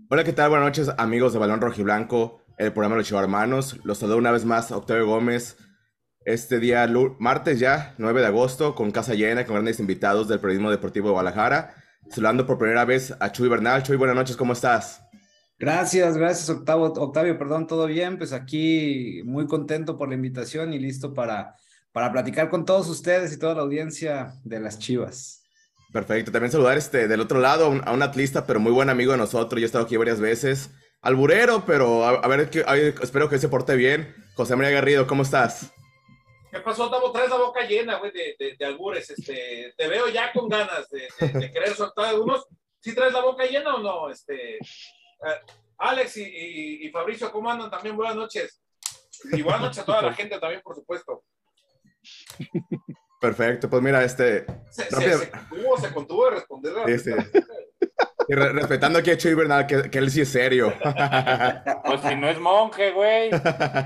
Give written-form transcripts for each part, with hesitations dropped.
Hola, ¿qué tal? Buenas noches, amigos de Balón Rojiblanco, el programa de los Chivarmanos. Los saludo una vez más, Octavio Gómez. Este día, martes ya, 9 de agosto, con casa llena, con grandes invitados del periodismo deportivo de Guadalajara. Saludando por primera vez a Chuy Bernal. Chuy, buenas noches, ¿cómo estás? Gracias, Octavio, perdón, todo bien, pues aquí muy contento por la invitación y listo para platicar con todos ustedes y toda la audiencia de las Chivas. Perfecto, también saludar del otro lado a un atlista, pero muy buen amigo de nosotros. Yo he estado aquí varias veces. Alburero, pero a ver, espero que se porte bien. José María Garrido, ¿cómo estás? ¿Qué pasó, Tavo? Traes la boca llena, güey, de albures. Te veo ya con ganas de querer soltar algunos. ¿Sí traes la boca llena o no? Alex y Fabricio, ¿cómo andan? También buenas noches. Y buenas noches a toda la gente también, por supuesto. Perfecto, pues mira, rápido, Se contuvo de responderle a la este, gente. y respetando aquí a Chuy Bernal, que él sí es serio. Pues si no es monje, güey.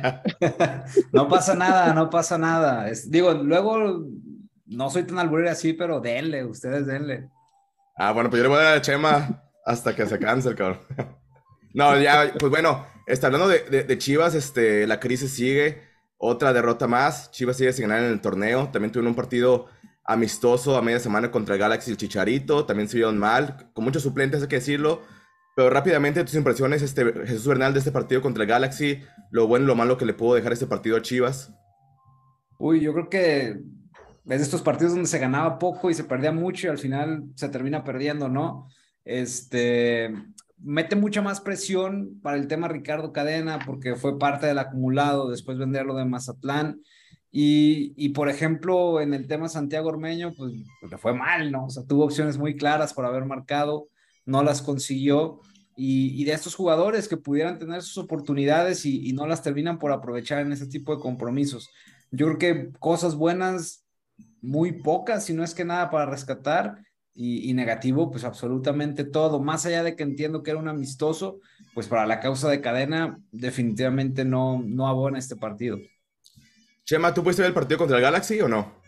No pasa nada, no pasa nada. Digo, luego no soy tan alburero así, pero denle, ustedes denle. Ah, bueno, pues yo le voy a dar a Chema hasta que se canse el cabrón. No, ya, pues bueno, hablando de Chivas, la crisis sigue. Otra derrota más. Chivas sigue sin ganar en el torneo. También tuvieron un partido amistoso a media semana contra el Galaxy y el Chicharito. También se vieron mal, con muchos suplentes, hay que decirlo. Pero rápidamente, tus impresiones, Jesús Bernal, de este partido contra el Galaxy, lo bueno y lo malo que le pudo dejar este partido a Chivas. Uy, yo creo que es de estos partidos donde se ganaba poco y se perdía mucho y al final se termina perdiendo, ¿no? Este, mete mucha más presión para el tema Ricardo Cadena porque fue parte del acumulado, después venderlo de Mazatlán. Por ejemplo, en el tema Santiago Ormeño, pues le fue mal, ¿no? O sea, tuvo opciones muy claras por haber marcado, no las consiguió. Y de estos jugadores que pudieran tener sus oportunidades y no las terminan por aprovechar en ese tipo de compromisos. Yo creo que cosas buenas, muy pocas, si no es que nada para rescatar, y negativo, pues absolutamente todo. Más allá de que entiendo que era un amistoso, pues para la causa de Cadena, definitivamente no abona este partido. Chema, ¿tú pudiste ver el partido contra el Galaxy o no?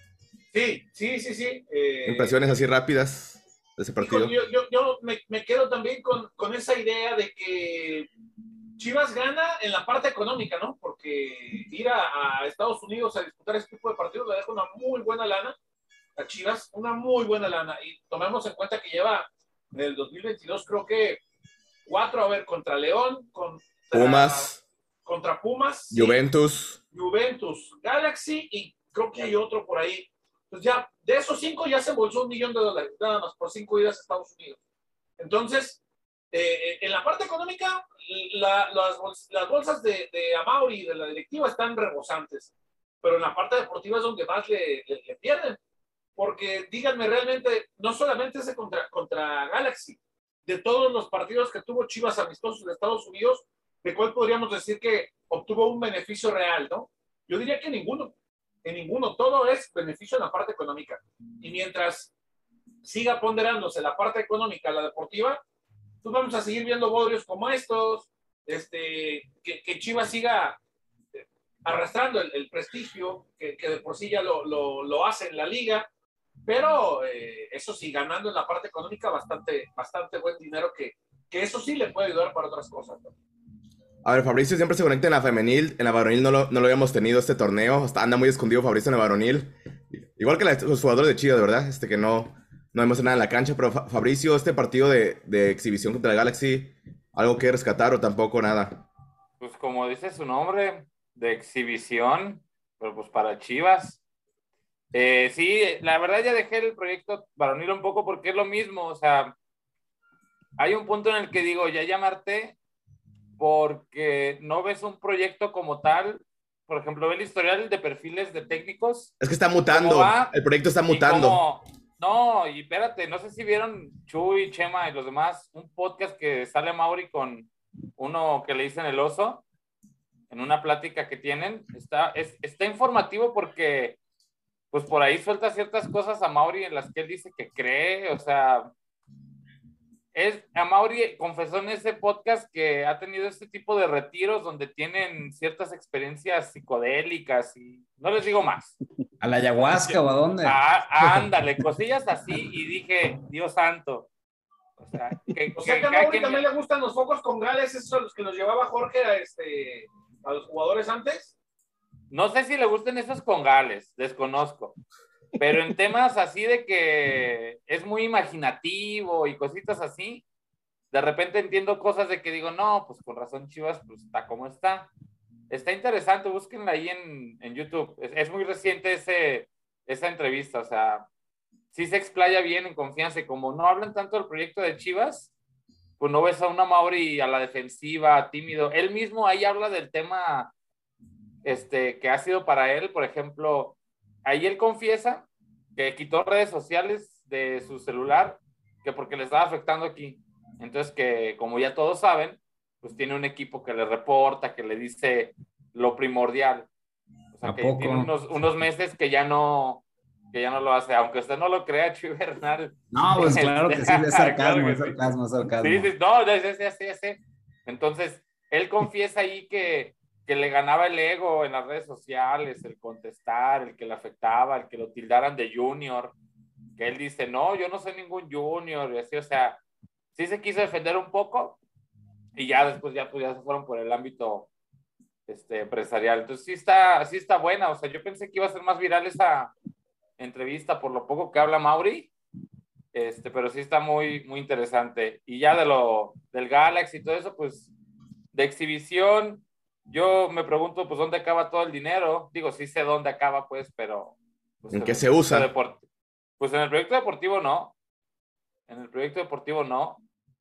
Sí. Impresiones así rápidas de ese Híjole, partido. yo me quedo también con esa idea de que Chivas gana en la parte económica, ¿no? Porque ir a Estados Unidos a disputar este tipo de partidos le deja una muy buena lana a Chivas, una muy buena lana. Y tomemos en cuenta que lleva en el 2022, creo que cuatro, a ver, contra León, Pumas, contra Pumas, sí, Juventus. Juventus, Galaxy y creo que hay otro por ahí. Pues ya, de esos cinco ya se embolsó $1 millón, nada más por 5 idas a Estados Unidos. Entonces, en la parte económica, las bolsas de Amauri y de la directiva están rebosantes, pero en la parte deportiva es donde más le pierden. Porque díganme realmente, no solamente ese contra Galaxy, de todos los partidos que tuvo Chivas amistosos de Estados Unidos, ¿de cuál podríamos decir que obtuvo un beneficio real, no? Yo diría que ninguno, en ninguno, todo es beneficio en la parte económica. Y mientras siga ponderándose la parte económica, la deportiva, pues vamos a seguir viendo bodrios como estos, que Chivas siga arrastrando el prestigio que de por sí ya lo hace en la liga, pero eso sí, ganando en la parte económica bastante buen dinero que eso sí le puede ayudar para otras cosas, ¿no? A ver, Fabricio siempre se conecta en la femenil. En la varonil no lo habíamos tenido este torneo. Anda muy escondido Fabricio en la varonil. Igual que los jugadores de Chivas, ¿verdad? Que no vemos nada en la cancha. Pero Fabricio, este partido de exhibición contra el Galaxy, ¿algo que rescatar o tampoco nada? Pues como dice su nombre, de exhibición, pero pues para Chivas. Sí, la verdad ya dejé el proyecto varonil un poco porque es lo mismo, o sea, hay un punto en el que digo, ya llamarte porque no ves un proyecto como tal. Por ejemplo, ve el historial de perfiles de técnicos Es que está y cómo mutando. va El proyecto está y mutando. cómo... No, y espérate, no sé si vieron Chuy, Chema y los demás, un podcast que sale Mauri con uno que le dicen el oso, en una plática que tienen. Está informativo porque pues por ahí suelta ciertas cosas a Mauri en las que él dice que cree, o sea, a Mauri confesó en ese podcast que ha tenido este tipo de retiros donde tienen ciertas experiencias psicodélicas y no les digo más. ¿A la ayahuasca o a dónde? Ándale, cosillas así y dije, Dios santo. O sea, O sea que a Mauri también le gustan los focos con gales, esos son los que los llevaba Jorge a los jugadores antes. No sé si le gusten esos con gales, desconozco. Pero en temas así de que es muy imaginativo y cositas así, de repente entiendo cosas de que digo, no, pues con razón Chivas, pues está como está. Está interesante, búsquenla ahí en YouTube. Es muy reciente esa entrevista, o sea, sí se explaya bien en confianza y como no hablan tanto del proyecto de Chivas, pues no ves a una Mauri a la defensiva, tímido. Él mismo ahí habla del tema que ha sido para él, por ejemplo, ahí él confiesa que quitó redes sociales de su celular, que porque le estaba afectando aquí. Entonces que como ya todos saben, pues tiene un equipo que le reporta, que le dice lo primordial. O sea, ¿A que poco? tiene unos meses que ya no lo hace, aunque usted no lo crea, Chuy Bernal. No, pues claro que sí, es Claro sarcasmo, que es sí. sarcasmo, es sarcasmo. Sí, sí, no, sí. Entonces, él confiesa ahí que le ganaba el ego en las redes sociales, el contestar, el que le afectaba, el que lo tildaran de junior, que él dice, no, yo no soy ningún junior, y así, o sea, sí se quiso defender un poco, y ya después pues ya se fueron por el ámbito empresarial. Entonces sí está buena, o sea, yo pensé que iba a ser más viral esa entrevista por lo poco que habla Mauri, pero sí está muy, muy interesante. Y ya del Galaxy y todo eso, pues de exhibición, yo me pregunto, pues, ¿dónde acaba todo el dinero? Digo, sí sé dónde acaba, pues, pero pues, ¿En qué se usa? pues en el proyecto deportivo no. En el proyecto deportivo no.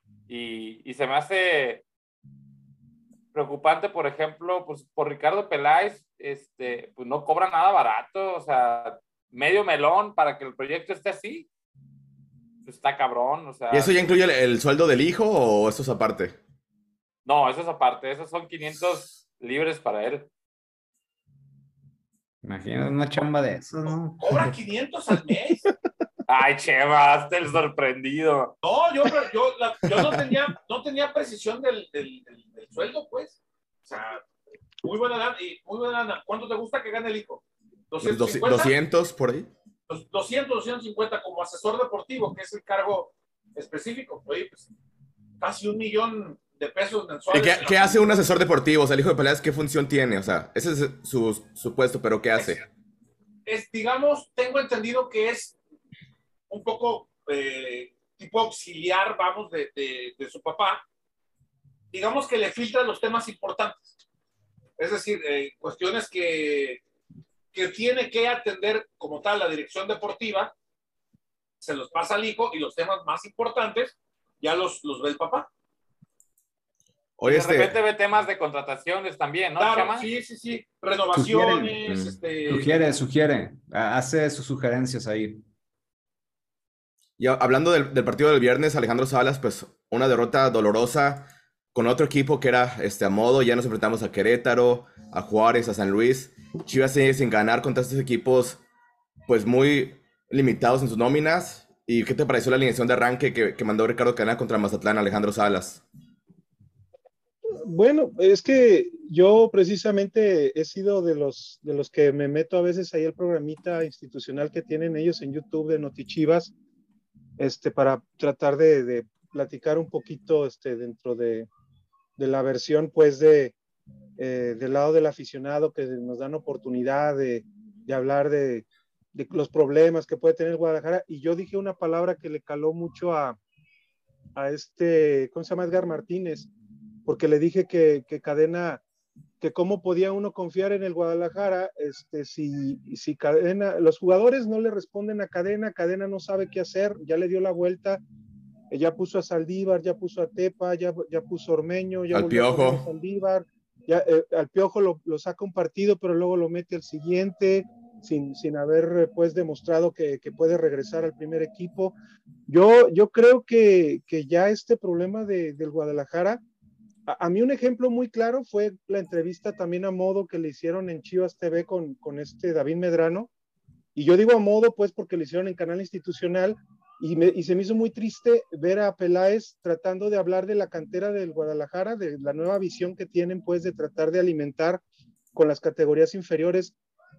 Y se me hace preocupante, por ejemplo, pues por Ricardo Peláez, pues no cobra nada barato, o sea, medio melón para que el proyecto esté así, pues está cabrón, o ¿Y eso sea, ya incluye el sueldo del hijo o eso es aparte? no, eso es aparte, esos son 500 libres para él. Imagínate una chamba de eso, ¿no? ¿Cobra 500 al mes? Ay, Chema, hazte el sorprendido. No, yo no tenía precisión del sueldo, pues. O sea, muy buena lana. Muy buena lana. ¿Cuánto te gusta que gane el hijo? Unos ¿250? 200 por ahí. 200, 250 como asesor deportivo, que es el cargo específico. Oye, pues casi 1 millón de pesos mensuales. ¿Qué hace un asesor deportivo? O sea, el hijo de Peláez, ¿qué función tiene? O sea, ese es su puesto, pero ¿qué hace? Digamos, tengo entendido que es un poco tipo auxiliar, vamos, de su papá. Digamos que le filtra los temas importantes. Es decir, cuestiones que tiene que atender como tal la dirección deportiva, se los pasa al hijo y los temas más importantes ya los ve el papá. Y Oye, de repente ve temas de contrataciones también, ¿no, Claro, Chema? sí. Renovaciones, Sugiere, hace sus sugerencias ahí. y hablando del partido del viernes, Alejandro Salas, pues una derrota dolorosa con otro equipo que era a modo. Ya nos enfrentamos a Querétaro, a Juárez, a San Luis. Chivas sigue sin ganar contra estos equipos, pues muy limitados en sus nóminas. ¿Y qué te pareció la alineación de arranque que mandó Ricardo Cadena contra Mazatlán, Alejandro Salas? Bueno, es que yo precisamente he sido de los que me meto a veces ahí el programita institucional que tienen ellos en YouTube de Notichivas, para tratar de platicar un poquito dentro de la versión pues del lado del aficionado, que nos dan oportunidad de hablar de los problemas que puede tener Guadalajara. Y yo dije una palabra que le caló mucho a ¿cómo se llama? Edgar Martínez, porque le dije que Cadena, que cómo podía uno confiar en el Guadalajara, si Cadena, los jugadores no le responden a Cadena, Cadena no sabe qué hacer, ya le dio la vuelta, ya puso a Saldívar, ya puso a Tepa, ya puso a Ormeño, ya Al volvió a poner a Piojo. Saldívar, ya, al Piojo lo saca un partido, pero luego lo mete al siguiente, sin haber pues demostrado que puede regresar al primer equipo. Yo creo que ya este problema del Guadalajara, a mí un ejemplo muy claro fue la entrevista también a modo que le hicieron en Chivas TV con David Medrano, y yo digo a modo pues porque le hicieron en canal institucional, y se me hizo muy triste ver a Peláez tratando de hablar de la cantera del Guadalajara, de la nueva visión que tienen pues de tratar de alimentar con las categorías inferiores.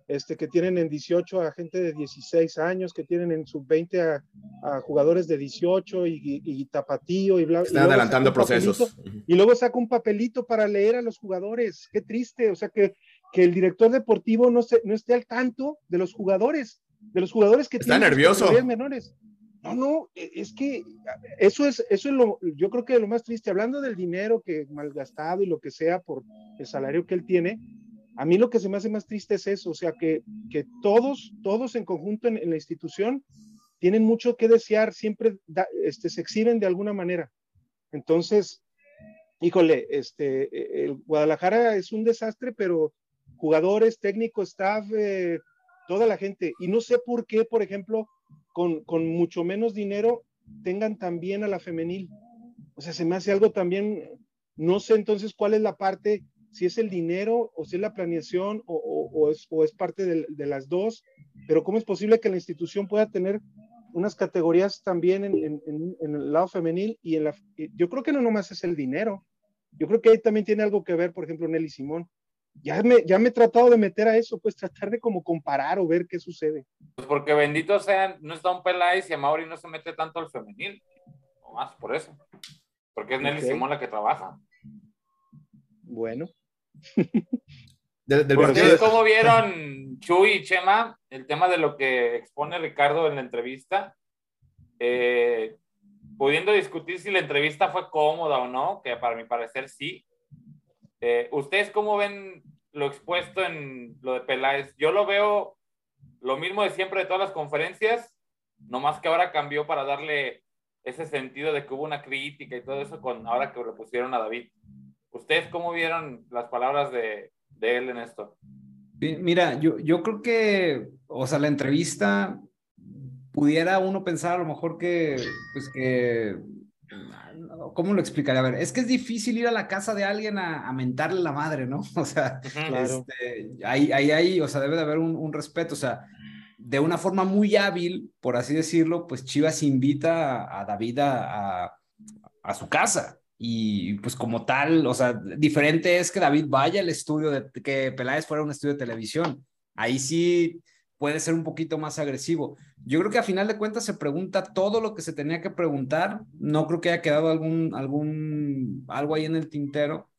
que tienen en 18 a gente de 16 años, que tienen en sub-20 a jugadores de 18 y tapatío y bla. Están adelantando procesos. Y luego saca un papelito para leer a los jugadores. Qué triste, o sea, que el director deportivo no esté al tanto de los jugadores que está tienen nervioso. Categorías menores. No, es que eso es yo creo que lo más triste, hablando del dinero que malgastado y lo que sea por el salario que él tiene. A mí lo que se me hace más triste es eso, o sea, que todos en conjunto en la institución tienen mucho que desear, siempre se exhiben de alguna manera. Entonces, híjole, el Guadalajara es un desastre, pero jugadores, técnico, staff, toda la gente, y no sé por qué, por ejemplo, con mucho menos dinero tengan también a la femenil. O sea, se me hace algo también, no sé entonces cuál es la parte, si es el dinero o si es la planeación o es parte de las dos, pero ¿cómo es posible que la institución pueda tener unas categorías también en el lado femenil yo creo que no nomás es el dinero, yo creo que ahí también tiene algo que ver, por ejemplo, Nelly Simón. Ya me he tratado de meter a eso, pues tratar de como comparar o ver qué sucede. Pues porque bendito sea, no está un Peláez y a Mauri no se mete tanto al femenil, o más por eso, porque es Nelly Simón la que trabaja. Bueno. ¿Cómo vieron Chuy y Chema el tema de lo que expone Ricardo en la entrevista? Pudiendo discutir si la entrevista fue cómoda o no, que para mi parecer sí. ¿Ustedes cómo ven lo expuesto en lo de Peláez? Yo lo veo lo mismo de siempre de todas las conferencias, nomás que ahora cambió para darle ese sentido de que hubo una crítica y todo eso ahora que lo pusieron a David. ¿Ustedes cómo vieron las palabras de él en esto? Mira, yo creo que, o sea, la entrevista pudiera uno pensar a lo mejor ¿cómo lo explicaría? A ver, es que es difícil ir a la casa de alguien a mentarle la madre, ¿no? O sea, claro. ahí, o sea, debe de haber un respeto, o sea, de una forma muy hábil, por así decirlo, pues Chivas invita a David a su casa. Y pues como tal, o sea, diferente es que David vaya al estudio, que Peláez fuera a un estudio de televisión. Ahí sí puede ser un poquito más agresivo. Yo creo que a final de cuentas se pregunta todo lo que se tenía que preguntar. No creo que haya quedado algo ahí en el tintero.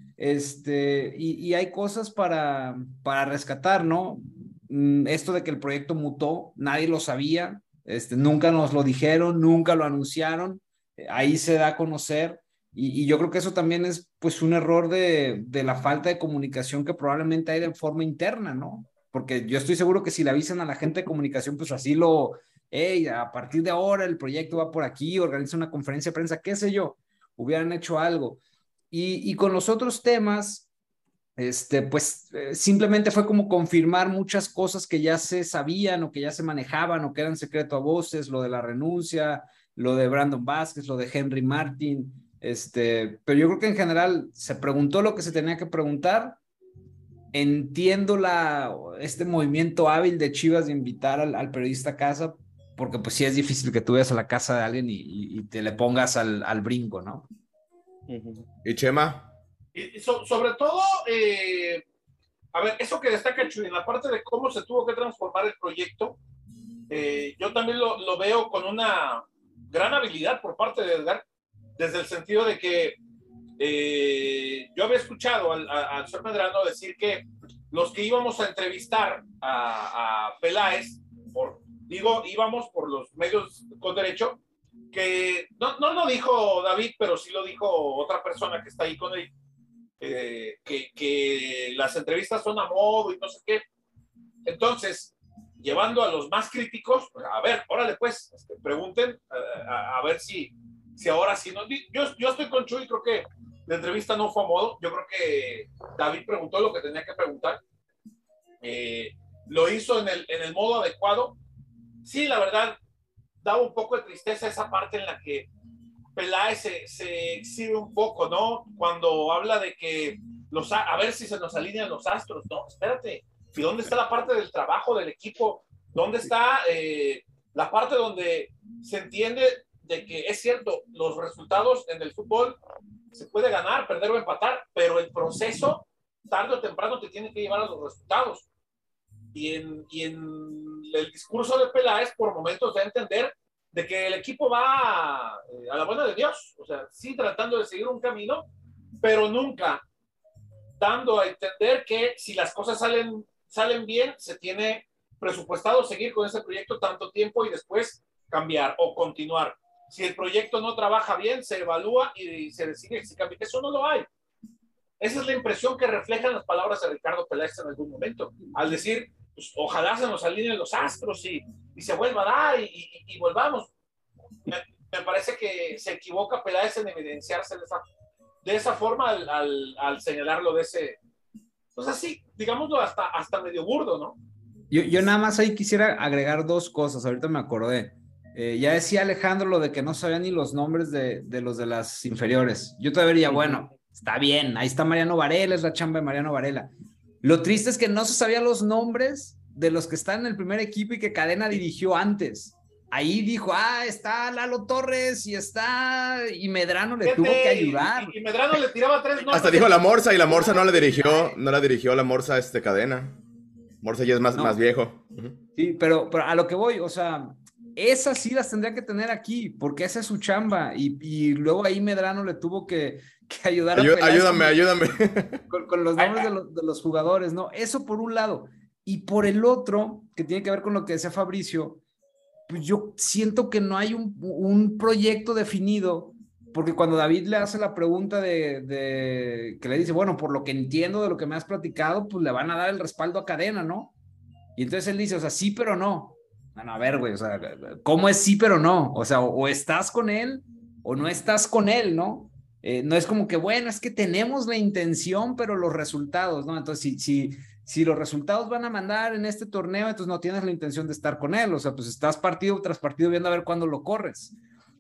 Y hay cosas para rescatar, ¿no? Esto de que el proyecto mutó, nadie lo sabía, nunca nos lo dijeron, nunca lo anunciaron, ahí se da a conocer. Y yo creo que eso también es pues un error de la falta de comunicación que probablemente hay de forma interna, ¿no? Porque yo estoy seguro que si le avisan a la gente de comunicación, pues así hey, a partir de ahora el proyecto va por aquí, organiza una conferencia de prensa, qué sé yo, hubieran hecho algo. Y con los otros temas, simplemente fue como confirmar muchas cosas que ya se sabían o que ya se manejaban o que eran secreto a voces, lo de la renuncia, lo de Brandon Vázquez, lo de Henry Martin, pero yo creo que en general se preguntó lo que se tenía que preguntar. Entiendo este movimiento hábil de Chivas de invitar al periodista a casa, porque pues sí es difícil que tú vayas a la casa de alguien y te le pongas al brinco, ¿no? ¿Y Chema? Y sobre todo, a ver, eso que destaca Chuy en la parte de cómo se tuvo que transformar el proyecto, yo también lo veo con una gran habilidad por parte de Edgar, desde el sentido de que yo había escuchado al señor Medrano decir que los que íbamos a entrevistar a Peláez, íbamos por los medios con derecho, que no lo dijo David, pero sí lo dijo otra persona que está ahí con él, que las entrevistas son a modo y no sé qué. Entonces, llevando a los más críticos, pues, a ver, órale pues, pregunten, a ver si ahora sí no. Yo estoy con Chuy, creo que la entrevista no fue a modo, yo creo que David preguntó lo que tenía que preguntar, lo hizo en el modo adecuado. Sí, la verdad, daba un poco de tristeza esa parte en la que Peláez se exhibe un poco, ¿no? Cuando habla de que a ver si se nos alinean los astros. No, espérate, ¿y dónde está la parte del trabajo del equipo? ¿Dónde está la parte donde se entiende de que es cierto, los resultados en el fútbol se puede ganar, perder o empatar, pero el proceso tarde o temprano te tiene que llevar a los resultados? y en el discurso de Peláez por momentos da a entender de que el equipo va a la buena de Dios, o sea, sí tratando de seguir un camino, pero nunca dando a entender que si las cosas salen bien, se tiene presupuestado seguir con ese proyecto tanto tiempo y después cambiar o continuar. Si el proyecto no trabaja bien, se evalúa y se decide si cambia. Eso no lo hay. Esa es la impresión que reflejan las palabras de Ricardo Peláez en algún momento, al decir, pues, ojalá se nos alineen los astros y se vuelva a dar y volvamos. Me parece que se equivoca Peláez en evidenciarse de esa forma al señalarlo de ese, pues así, digámoslo hasta medio burdo, ¿no? Yo nada más ahí quisiera agregar dos cosas, ahorita me acordé. Ya decía Alejandro lo de que no sabía ni los nombres de los de las inferiores. Yo todavía diría, bueno, está bien, ahí está Mariano Varela, es la chamba de Mariano Varela. Lo triste es que no se sabían los nombres de los que están en el primer equipo y que Cadena dirigió antes. Ahí dijo, está Lalo Torres y Medrano le tuvo que ayudar. Y Medrano le tiraba 3 nombres. Hasta dijo la Morsa, y la Morsa no la dirigió la Morsa Cadena. Morsa ya es más viejo. Sí, pero a lo que voy, o sea, esas sí las tendría que tener aquí, porque esa es su chamba, y luego ahí Medrano le tuvo que ayudar a Peláez ayúdame. Con los nombres de los jugadores, ¿no? Eso por un lado. Y por el otro, que tiene que ver con lo que decía Fabricio, pues yo siento que no hay un proyecto definido, porque cuando David le hace la pregunta que le dice, bueno, por lo que entiendo de lo que me has platicado, pues le van a dar el respaldo a Cadena, ¿no? Y entonces él dice, o sea, sí, pero no. No, a ver, güey, o sea, ¿cómo es sí, pero no? O sea, o estás con él o no estás con él, ¿no? No es como que, bueno, es que tenemos la intención, pero los resultados, ¿no? Entonces, si los resultados van a mandar en este torneo, entonces no tienes la intención de estar con él, o sea, pues estás partido tras partido viendo a ver cuándo lo corres.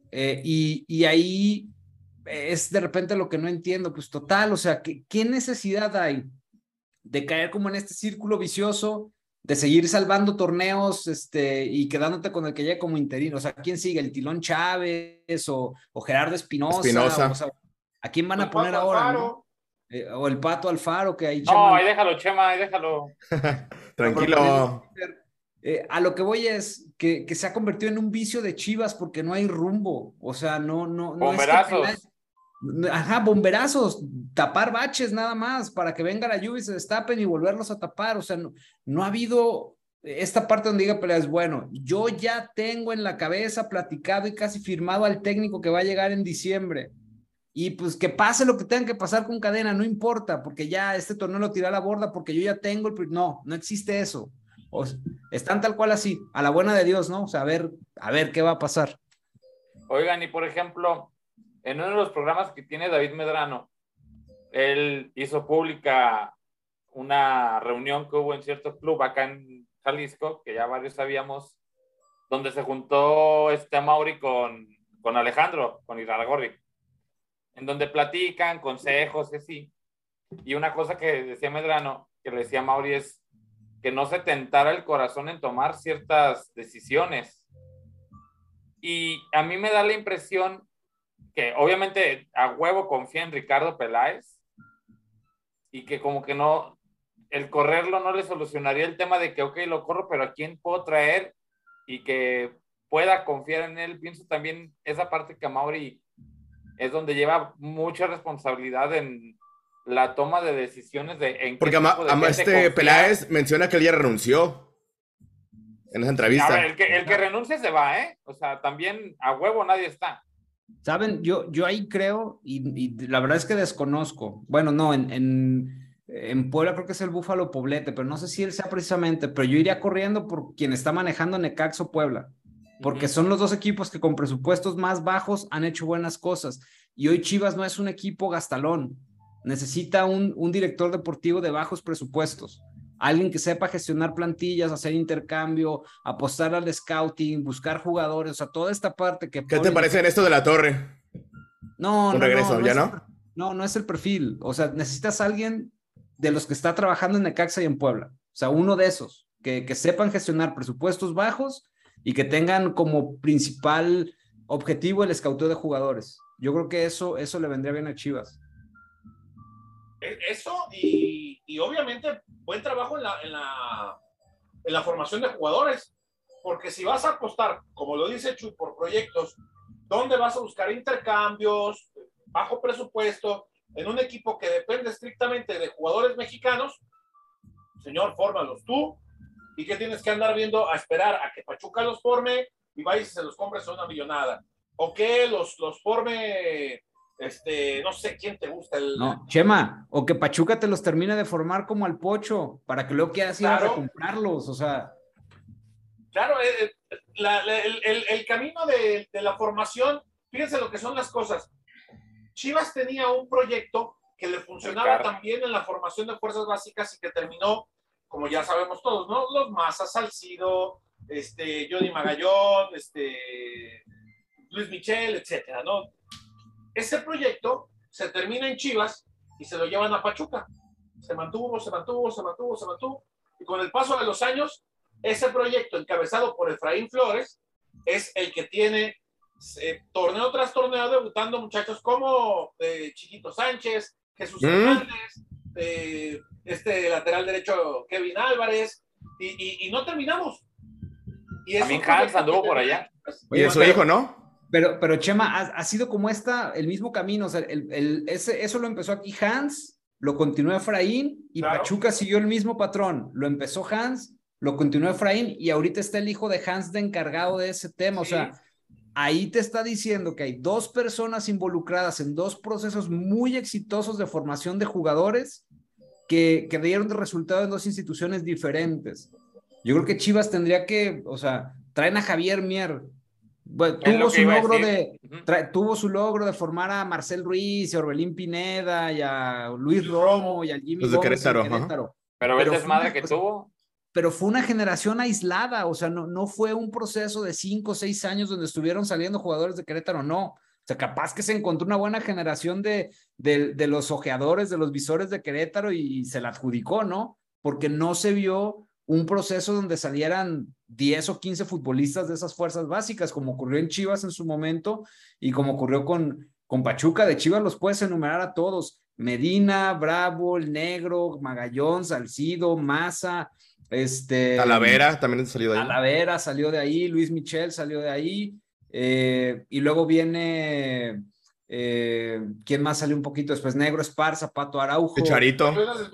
Y ahí es de repente lo que no entiendo, pues total, o sea, ¿qué necesidad hay de caer como en este círculo vicioso, de seguir salvando torneos y quedándote con el que llegue como interino? O sea, ¿quién sigue? ¿El Tilón Chávez o Gerardo Espinosa? O sea, ¿a quién van a poner ahora? ¿No? O el Pato Alfaro, que ahí... No, ahí déjalo, Chema, ahí déjalo. Tranquilo. A lo que voy es que se ha convertido en un vicio de Chivas porque no hay rumbo. O sea, no bomberazos. Es que bomberazos, tapar baches nada más para que venga la lluvia y se destapen y volverlos a tapar. O sea, no ha habido esta parte donde diga Peláez, bueno, yo ya tengo en la cabeza platicado y casi firmado al técnico que va a llegar en diciembre. Y pues que pase lo que tenga que pasar con Cadena, no importa, porque ya este torneo lo tiré a la borda porque yo ya tengo no existe eso. O sea, están tal cual así, a la buena de Dios, ¿no? O sea, a ver qué va a pasar. Oigan, y por ejemplo, en uno de los programas que tiene David Medrano, él hizo pública una reunión que hubo en cierto club acá en Jalisco, que ya varios sabíamos, donde se juntó Mauri con Alejandro, con Iraragorri, en donde platican consejos y así. Y una cosa que decía Medrano, que le decía a Mauri, es que no se tentara el corazón en tomar ciertas decisiones. Y a mí me da la impresión que obviamente a huevo confía en Ricardo Peláez y que como que no, el correrlo no le solucionaría el tema de que ok, lo corro, pero ¿a quién puedo traer? Y que pueda confiar en él. Pienso también esa parte que a Mauri es donde lleva mucha responsabilidad en la toma de decisiones porque Peláez menciona que él ya renunció en esa entrevista. A ver, el que renuncie se va, ¿eh? O sea, también a huevo nadie está. Saben, yo ahí creo, y la verdad es que desconozco. Bueno, no, en Puebla creo que es el Búfalo Poblete, pero no sé si él sea precisamente, pero yo iría corriendo por quien está manejando Necaxa o Puebla, porque son los dos equipos que con presupuestos más bajos han hecho buenas cosas. Y hoy Chivas no es un equipo gastalón, necesita un director deportivo de bajos presupuestos, alguien que sepa gestionar plantillas, hacer intercambio, apostar al scouting, buscar jugadores, o sea, toda esta parte que... ¿Qué te parece en esto de la Torre? No, regreso, no es el perfil, o sea, necesitas a alguien de los que está trabajando en Necaxa y en Puebla, o sea, uno de esos, que sepan gestionar presupuestos bajos y que tengan como principal objetivo el escauteo de jugadores. Yo creo que eso le vendría bien a Chivas. Eso y obviamente buen trabajo en en la formación de jugadores, porque si vas a apostar, como lo dice Chuy, por proyectos, ¿dónde vas a buscar intercambios, bajo presupuesto, en un equipo que depende estrictamente de jugadores mexicanos? Señor, fórmalos tú, y que tienes que andar viendo a esperar a que Pachuca los forme y vayas y se los compres a una millonada, o que los forme, no sé quién te gusta. No, Chema, o que Pachuca te los termine de formar como al Pocho, para que luego quieras ir a recomprarlos, o sea. Claro, el camino de la formación, fíjense lo que son las cosas. Chivas tenía un proyecto que le funcionaba también en la formación de fuerzas básicas y que terminó, como ya sabemos todos, ¿no? Los Maza, Salcido, Johnny Magallón, Luis Michel, etcétera, ¿no? Ese proyecto se termina en Chivas y se lo llevan a Pachuca. Se mantuvo, y con el paso de los años, ese proyecto encabezado por Efraín Flores es el que tiene torneo tras torneo debutando muchachos como Chiquito Sánchez, Jesús Hernández, lateral derecho Kevin Álvarez, y no terminamos. Y también Hans anduvo por allá. Oye, su hijo, ¿no? Pero Chema, ha sido como el mismo camino, o sea, eso lo empezó aquí Hans, lo continuó Efraín, y claro, Pachuca siguió el mismo patrón, lo empezó Hans, lo continuó Efraín, y ahorita está el hijo de Hans de encargado de ese tema, sí. O sea, ahí te está diciendo que hay dos personas involucradas en dos procesos muy exitosos de formación de jugadores que dieron resultado en dos instituciones diferentes. Yo creo que Chivas tendría que, o sea, traen a Javier Mier, bueno, tuvo su logro de formar a Marcel Ruiz, y a Orbelín Pineda, y a Luis Romo, y a Jimmy Gómez de Querétaro. Pero el desmadre que tuvo. Pero fue una generación aislada, o sea, no fue un proceso de 5 o 6 años donde estuvieron saliendo jugadores de Querétaro, no. O sea, capaz que se encontró una buena generación de los ojeadores, de los visores de Querétaro y se la adjudicó, ¿no? Porque no se vio un proceso donde salieran 10 o 15 futbolistas de esas fuerzas básicas, como ocurrió en Chivas en su momento y como ocurrió con Pachuca. De Chivas los puedes enumerar a todos: Medina, Bravo, el Negro, Magallón, Salcido, Maza, Talavera también salió de ahí. Talavera salió de ahí, Luis Michel salió de ahí, y luego viene ¿quién más salió un poquito después? Negro, Esparza, Pato Araujo, Charito,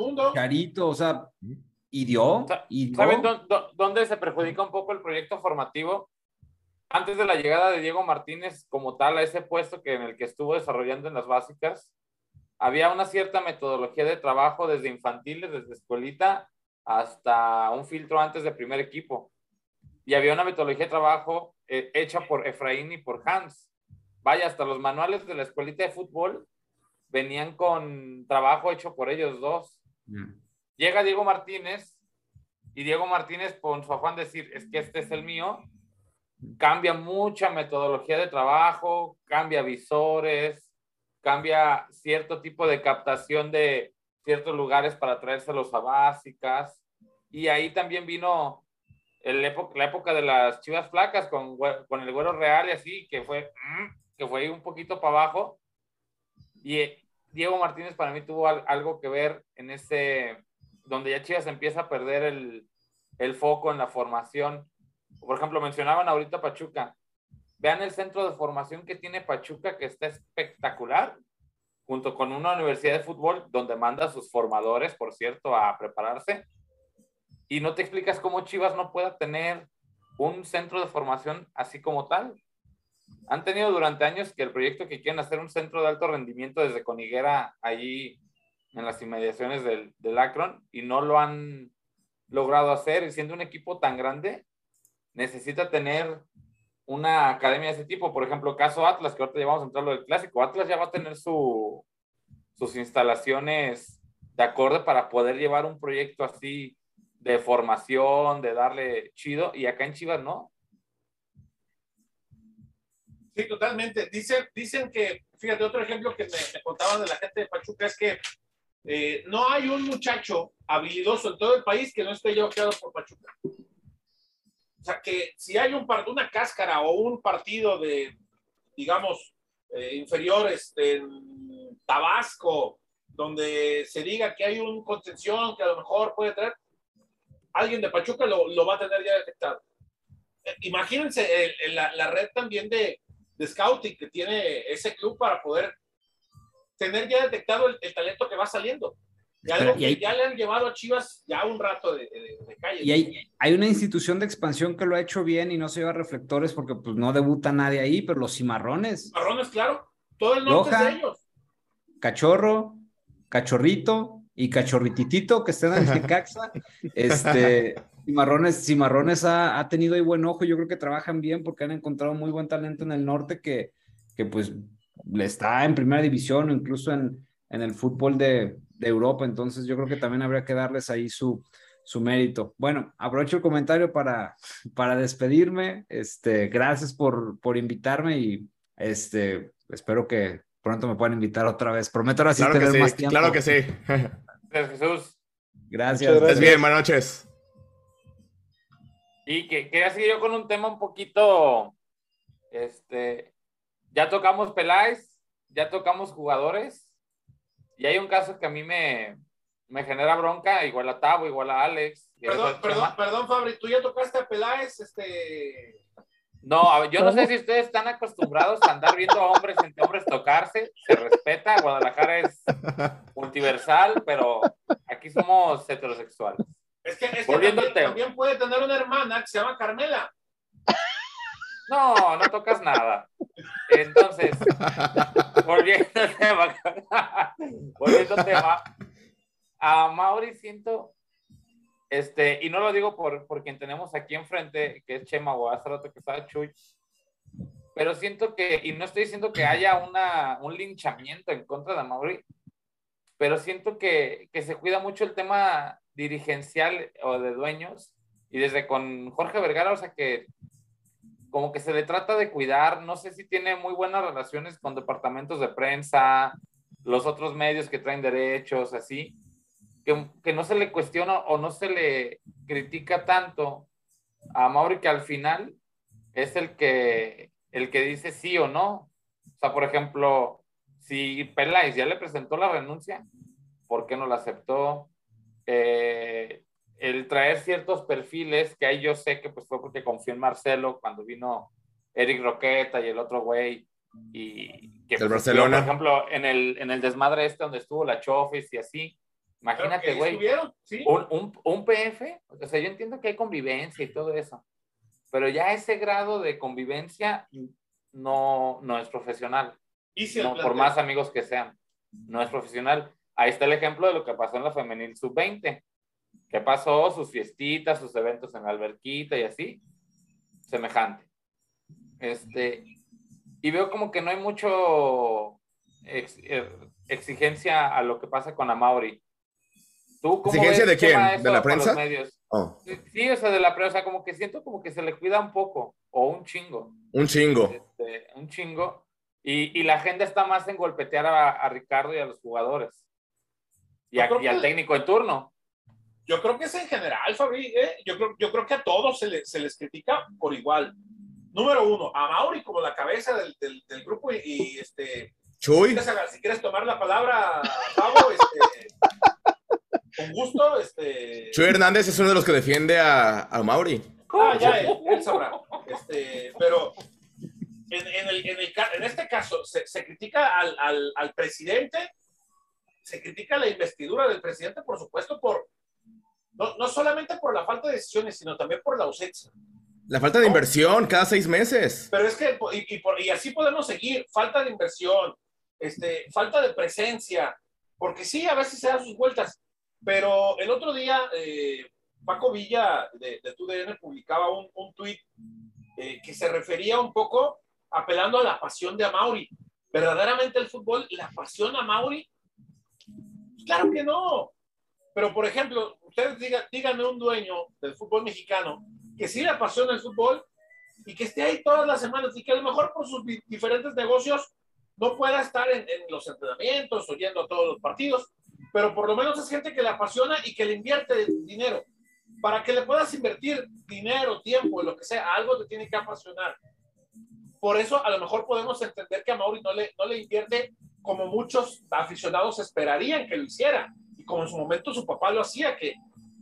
o sea, y dio. ¿Saben dónde se perjudica un poco el proyecto formativo? Antes de la llegada de Diego Martínez como tal a ese puesto en el que estuvo desarrollando en las básicas, había una cierta metodología de trabajo desde infantiles, desde escuelita, hasta un filtro antes de primer equipo. Y había una metodología de trabajo hecha por Efraín y por Hans. Vaya, hasta los manuales de la escuelita de fútbol venían con trabajo hecho por ellos dos. Llega Diego Martínez, y Diego Martínez, con su afán de decir, es que este es el mío, cambia mucha metodología de trabajo, cambia visores, cambia cierto tipo de captación de ciertos lugares para traérselos a básicas, y ahí también vino la época de las Chivas Flacas con el Güero Real y así, que fue un poquito para abajo, y Diego Martínez para mí tuvo algo que ver en donde ya Chivas empieza a perder el foco en la formación. Por ejemplo, mencionaban ahorita Pachuca. Vean el centro de formación que tiene Pachuca, que está espectacular, junto con una universidad de fútbol donde manda a sus formadores, por cierto, a prepararse. Y no te explicas cómo Chivas no pueda tener un centro de formación así como tal. Han tenido durante años que el proyecto que quieren hacer un centro de alto rendimiento desde Coniguera, allí en las inmediaciones del Akron, y no lo han logrado hacer. Y siendo un equipo tan grande, necesita tener una academia de ese tipo. Por ejemplo, caso Atlas, que ahorita ya vamos a entrar lo del clásico. Atlas ya va a tener sus instalaciones de acorde para poder llevar un proyecto así de formación, de darle chido, y acá en Chivas no. Sí, totalmente. Dicen que, fíjate, otro ejemplo que me contaban de la gente de Pachuca es que no hay un muchacho habilidoso en todo el país que no esté ya ojeado por Pachuca. O sea, que si hay una cáscara o un partido de, digamos, inferiores en Tabasco, donde se diga que hay un contención que a lo mejor puede traer, alguien de Pachuca lo va a tener ya detectado. Imagínense la red también de scouting que tiene ese club para poder tener ya detectado el talento que va saliendo. Y algo que ya le han llevado a Chivas ya un rato de calle. Y hay una institución de expansión que lo ha hecho bien y no se lleva reflectores porque pues no debuta nadie ahí, pero los Cimarrones. Cimarrones, claro. Todo el norte es de ellos. Cachorro, Cachorrito y Cachorrititito que estén en Necaxa. Cimarrones ha tenido ahí buen ojo. Yo creo que trabajan bien porque han encontrado muy buen talento en el norte que pues está en primera división o incluso en el fútbol de Europa. Entonces yo creo que también habría que darles ahí su mérito. Bueno, aprovecho el comentario para despedirme. Gracias por invitarme y espero que pronto me puedan invitar otra vez. Prometo ahora sí tener más tiempo. Claro que sí. Gracias, Jesús. Gracias. Estés bien, buenas noches. Y que quería seguir yo con un tema un poquito, ya tocamos Peláez, ya tocamos jugadores, y hay un caso que a mí me genera bronca, igual a Tavo, igual a Alex. Perdón, Fabri, ¿tú ya tocaste a Peláez? No, yo no sé si ustedes están acostumbrados a andar viendo a hombres entre hombres tocarse, se respeta, Guadalajara es multiversal, pero aquí somos heterosexuales. Es que también puede tener una hermana que se llama Carmela. No tocas nada. Entonces, volviendo al tema, a Mauri siento, y no lo digo por quien tenemos aquí enfrente, que es Chema, o hace rato que estaba Chuy, pero siento que, y no estoy diciendo que haya un linchamiento en contra de Mauri, pero siento que se cuida mucho el tema dirigencial o de dueños, y desde con Jorge Vergara, o sea que como que se le trata de cuidar, no sé si tiene muy buenas relaciones con departamentos de prensa, los otros medios que traen derechos, así, que no se le cuestiona o no se le critica tanto a Mauri, que al final es el que dice sí o no. O sea, por ejemplo, si Peláez ya le presentó la renuncia, ¿por qué no la aceptó? El traer ciertos perfiles, que ahí yo sé que pues fue porque confió en Marcelo cuando vino Eric Roqueta y el otro güey, y que el pues, Barcelona, por ejemplo, en el desmadre donde estuvo la Chofis y así, imagínate, güey, ¿sí? un PF, o sea, yo entiendo que hay convivencia y todo eso, pero ya ese grado de convivencia no es profesional, no, por más amigos que sean, no es profesional. Ahí está el ejemplo de lo que pasó en la femenil sub-20. ¿Qué pasó? Sus fiestitas, sus eventos en la alberquita y así, semejante. Y veo como que no hay mucho exigencia a lo que pasa con Amauri. ¿Tú cómo ¿Exigencia ves, de quién? Chema, ¿De la prensa? Los medios? Oh. Sí, o sea, de la prensa, o sea, como que siento como que se le cuida un poco, o un chingo. Un chingo. Un chingo. Y la gente está más en golpetear a Ricardo y a los jugadores. Y al técnico en turno. Yo creo que es en general, Fabri, yo creo que a todos se les critica por igual. Número uno, a Mauri como la cabeza del grupo y Chuy. Si quieres tomar la palabra, Pavo, con gusto, Chuy Hernández es uno de los que defiende a Mauri. Ya, él sabrá. Pero en este caso, se critica al presidente, se critica la investidura del presidente, por supuesto, no solamente por la falta de decisiones, sino también por la ausencia. La falta de inversión cada 6 meses. Pero es que, y así podemos seguir, falta de inversión, falta de presencia, porque sí, a veces se dan sus vueltas, pero el otro día Paco Villa de TUDN publicaba un tuit que se refería un poco apelando a la pasión de Amauri. ¿Verdaderamente el fútbol la apasiona a Mauri? Claro que no. Pero, por ejemplo, ustedes díganme un dueño del fútbol mexicano que sí le apasiona el fútbol y que esté ahí todas las semanas y que a lo mejor por sus diferentes negocios no pueda estar en los entrenamientos o yendo a todos los partidos, pero por lo menos es gente que le apasiona y que le invierte dinero. Para que le puedas invertir dinero, tiempo, lo que sea, algo te tiene que apasionar. Por eso a lo mejor podemos entender que a Mauri no le invierte como muchos aficionados esperarían que lo hiciera, y como en su momento su papá lo hacía, que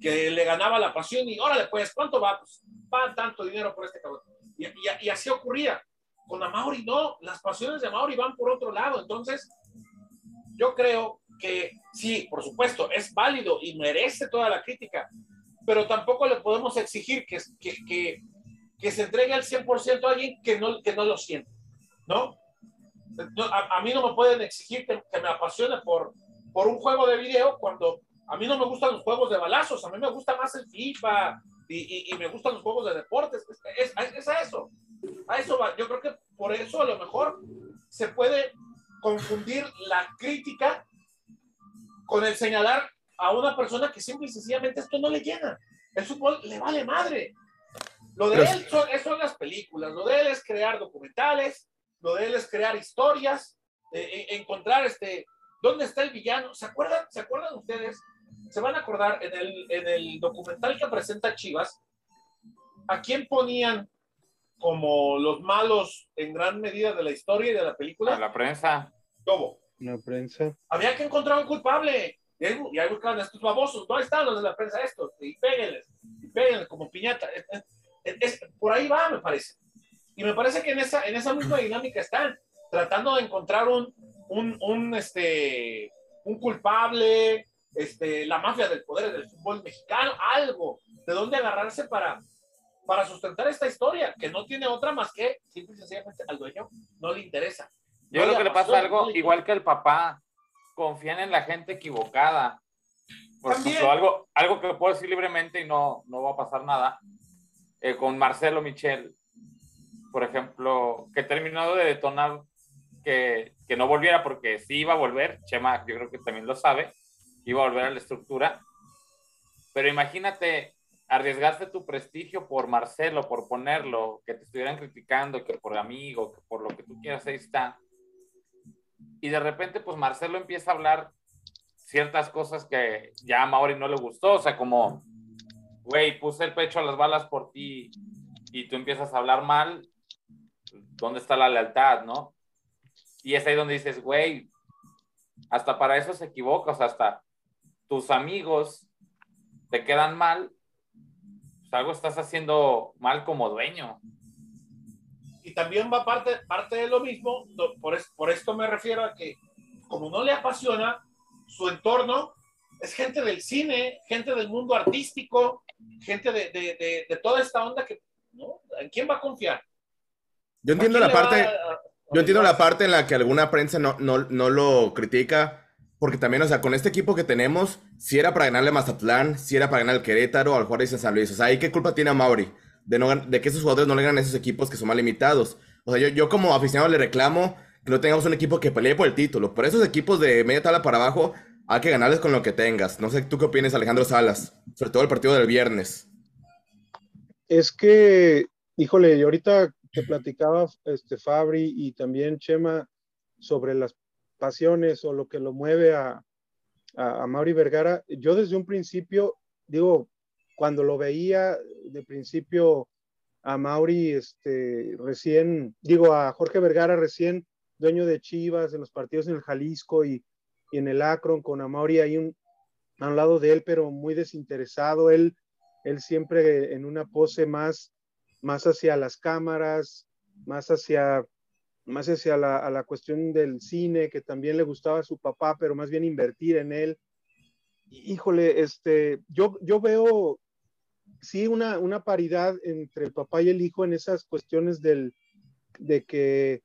que le ganaba la pasión y órale, pues, ¿cuánto va? Pues, va tanto dinero por este cabrón. Y así ocurría. Con Amaury no, las pasiones de Amaury van por otro lado. Entonces, yo creo que sí, por supuesto, es válido y merece toda la crítica, pero tampoco le podemos exigir que se entregue al 100% a alguien que no lo siente, ¿no? A mí no me pueden exigir que me apasione por un juego de video cuando a mí no me gustan los juegos de balazos, a mí me gusta más el FIFA y me gustan los juegos de deportes. Es a eso. A eso va. Yo creo que por eso a lo mejor se puede confundir la crítica con el señalar a una persona que simple y sencillamente esto no le llena. El fútbol le vale madre. Lo de él son las películas, lo de él es crear documentales, lo de él es crear historias, encontrar ¿dónde está el villano? ¿Se acuerdan ustedes? Se van a acordar en el documental que presenta Chivas, ¿a quién ponían como los malos en gran medida de la historia y de la película? A la prensa. ¿Cómo? La prensa. Había que encontrar un culpable. Y ahí buscaban a estos babosos. ¿Dónde están los de la prensa estos? Y péguenles como piñata. Por ahí va, me parece. Y me parece que en esa misma dinámica están tratando de encontrar un culpable, la mafia del poder del fútbol mexicano, algo de dónde agarrarse para sustentar esta historia, que no tiene otra más que, simple y sencillamente, al dueño no le interesa. Yo creo que le pasa algo igual que el papá. Confían en la gente equivocada. Por ejemplo, algo que puedo decir libremente y no va a pasar nada. Con Marcelo Michel, por ejemplo, que terminó de detonar que no volviera, porque sí iba a volver. Chema, yo creo que también lo sabe, iba a volver a la estructura. Pero imagínate arriesgaste tu prestigio por Marcelo, por ponerlo, que te estuvieran criticando, que por amigo, que por lo que tú quieras, ahí está. Y de repente, pues Marcelo empieza a hablar ciertas cosas que ya a Mauri no le gustó, o sea, como, güey, puse el pecho a las balas por ti y tú empiezas a hablar mal, ¿dónde está la lealtad, no? Y es ahí donde dices, güey, hasta para eso se equivoca, o sea, hasta tus amigos te quedan mal, pues algo estás haciendo mal como dueño. Y también va parte de lo mismo, por esto me refiero a que como no le apasiona, su entorno es gente del cine, gente del mundo artístico, gente de toda esta onda que, ¿no? ¿En quién va a confiar? Yo entiendo la parte en la que alguna prensa no lo critica, porque también, o sea, con este equipo que tenemos, si era para ganarle a Mazatlán, si era para ganar al Querétaro, al Juárez y a San Luis, o sea, ¿y qué culpa tiene a Mauri de que esos jugadores no le ganan a esos equipos que son más limitados? O sea, yo como aficionado le reclamo que no tengamos un equipo que pelee por el título. Por esos equipos de media tabla para abajo, hay que ganarles con lo que tengas. No sé, ¿tú qué opinas, Alejandro Salas? Sobre todo el partido del viernes. Es que, híjole, y ahorita te platicaba Fabri y también Chema sobre las pasiones o lo que lo mueve a Mauri Vergara. Yo desde un principio, digo, cuando lo veía de principio a Mauri a Jorge Vergara recién dueño de Chivas en los partidos en el Jalisco y en el Akron, con Amaury ahí a un lado de él, pero muy desinteresado, él siempre en una pose más hacia las cámaras, más hacia la cuestión del cine, que también le gustaba a su papá, pero más bien invertir en él. Híjole, yo veo sí una paridad entre el papá y el hijo en esas cuestiones de que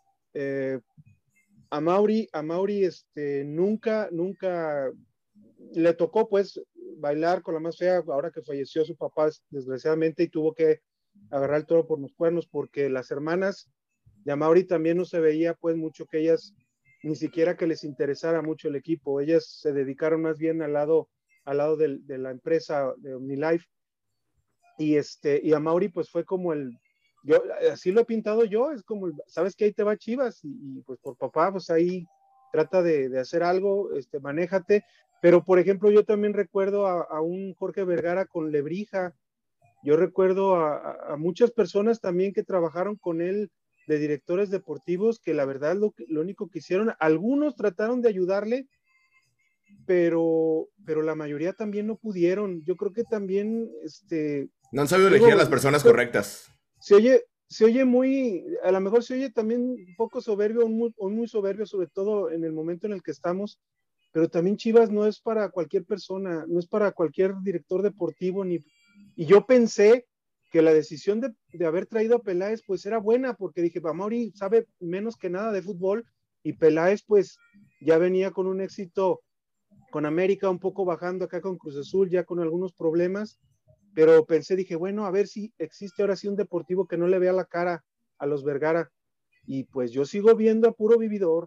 a Mauri nunca le tocó pues bailar con la más fea ahora que falleció su papá desgraciadamente y tuvo que agarrar el toro por los cuernos, porque las hermanas de Amaury también no se veía pues mucho que ellas, ni siquiera que les interesara mucho el equipo, ellas se dedicaron más bien al lado de la empresa de OmniLife y Amaury pues fue como yo así lo he pintado yo, es como sabes que ahí te va Chivas y pues por papá pues ahí trata de hacer algo, manéjate, pero por ejemplo yo también recuerdo a un Jorge Vergara con Lebrija, yo recuerdo a muchas personas también que trabajaron con él de directores deportivos que la verdad lo único que hicieron, algunos trataron de ayudarle, pero la mayoría también no pudieron. Yo creo que también, No han sabido elegir a las personas correctas. se oye muy, a lo mejor se oye también un poco soberbio, o muy soberbio, sobre todo en el momento en el que estamos, pero también Chivas no es para cualquier persona, no es para cualquier director deportivo, y yo pensé que la decisión de haber traído a Peláez pues era buena, porque dije, Mauri sabe menos que nada de fútbol, y Peláez pues ya venía con un éxito con América, un poco bajando acá con Cruz Azul, ya con algunos problemas, pero pensé, dije, bueno, a ver si existe ahora sí un deportivo que no le vea la cara a los Vergara, y pues yo sigo viendo a puro vividor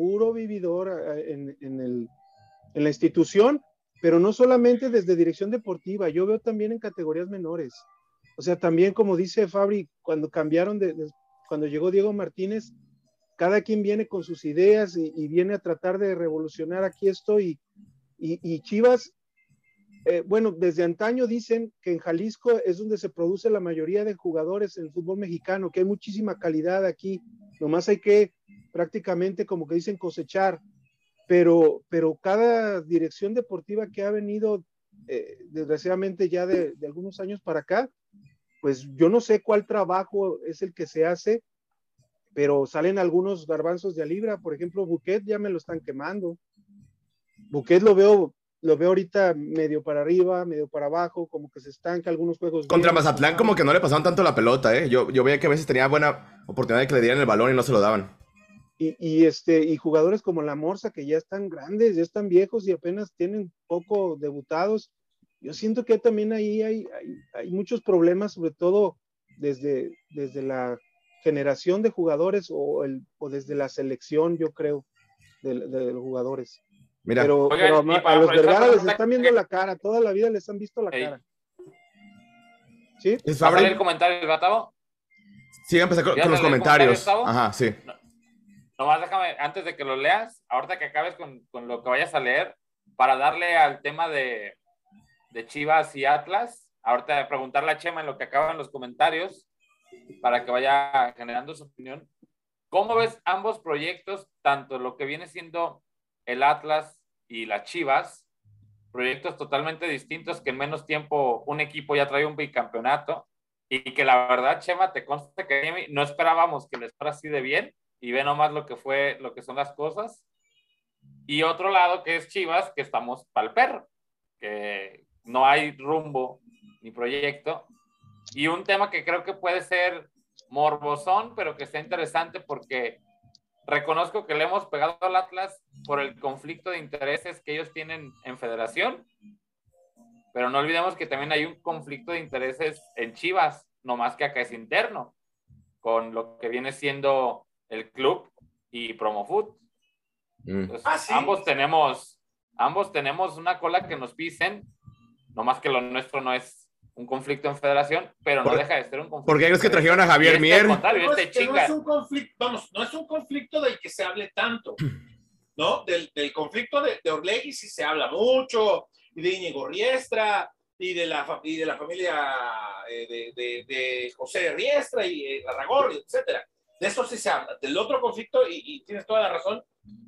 en la institución, pero no solamente desde dirección deportiva, yo veo también en categorías menores. O sea, también como dice Fabri, cuando cambiaron, cuando llegó Diego Martínez, cada quien viene con sus ideas y viene a tratar de revolucionar aquí esto, y Chivas, bueno, desde antaño dicen que en Jalisco es donde se produce la mayoría de jugadores en el fútbol mexicano, que hay muchísima calidad aquí, nomás hay que prácticamente, como que dicen, cosechar, pero cada dirección deportiva que ha venido, desgraciadamente ya de algunos años para acá, pues yo no sé cuál trabajo es el que se hace, pero salen algunos garbanzos de a libra. Por ejemplo, Buquet ya me lo están quemando. Buquet lo veo ahorita medio para arriba, medio para abajo, como que se estanca algunos juegos. Contra Mazatlán como que no le pasaban tanto la pelota, ¿eh? Yo veía que a veces tenía buena oportunidad de que le dieran el balón y no se lo daban. Y jugadores como la Morsa, que ya están grandes, ya están viejos y apenas tienen poco debutados. Yo siento que también ahí hay muchos problemas, sobre todo desde la generación de jugadores o desde la selección, yo creo, de los jugadores. Mira. Pero a los Vergara les están viendo la cara, toda la vida les han visto la cara. ¿Sí? ¿Va a salir el comentario, Gatavo? Sí, empezar con los comentarios. Ajá, sí. Nomás déjame, antes de que lo leas, ahorita que acabes con lo que vayas a leer, para darle al tema de Chivas y Atlas, ahorita preguntarle a Chema en lo que acaban los comentarios, para que vaya generando su opinión. ¿Cómo ves ambos proyectos, tanto lo que viene siendo el Atlas y las Chivas, proyectos totalmente distintos, que en menos tiempo un equipo ya trae un bicampeonato, y que la verdad, Chema, te consta que no esperábamos que les fuera así de bien, y ve nomás lo que son las cosas? Y otro lado que es Chivas, que estamos pa'l perro, que no hay rumbo ni proyecto, y un tema que creo que puede ser morbosón, pero que está interesante, porque reconozco que le hemos pegado al Atlas por el conflicto de intereses que ellos tienen en Federación, pero no olvidemos que también hay un conflicto de intereses en Chivas, no más que acá es interno, con lo que viene siendo el club y Promofood. Entonces, ¿sí? ambos tenemos una cola que nos pisen, no más que lo nuestro no es un conflicto en Federación, pero no deja de ser un conflicto. ¿Por qué crees que trajeron a Javier Mier? No es un conflicto, vamos, no es un conflicto del que se hable tanto, ¿no? Del conflicto de Orlegui sí se habla mucho, y de Íñigo Riestra, y de la familia de José Riestra y Larragorri, etcétera. De eso sí se habla. Del otro conflicto, y tienes toda la razón,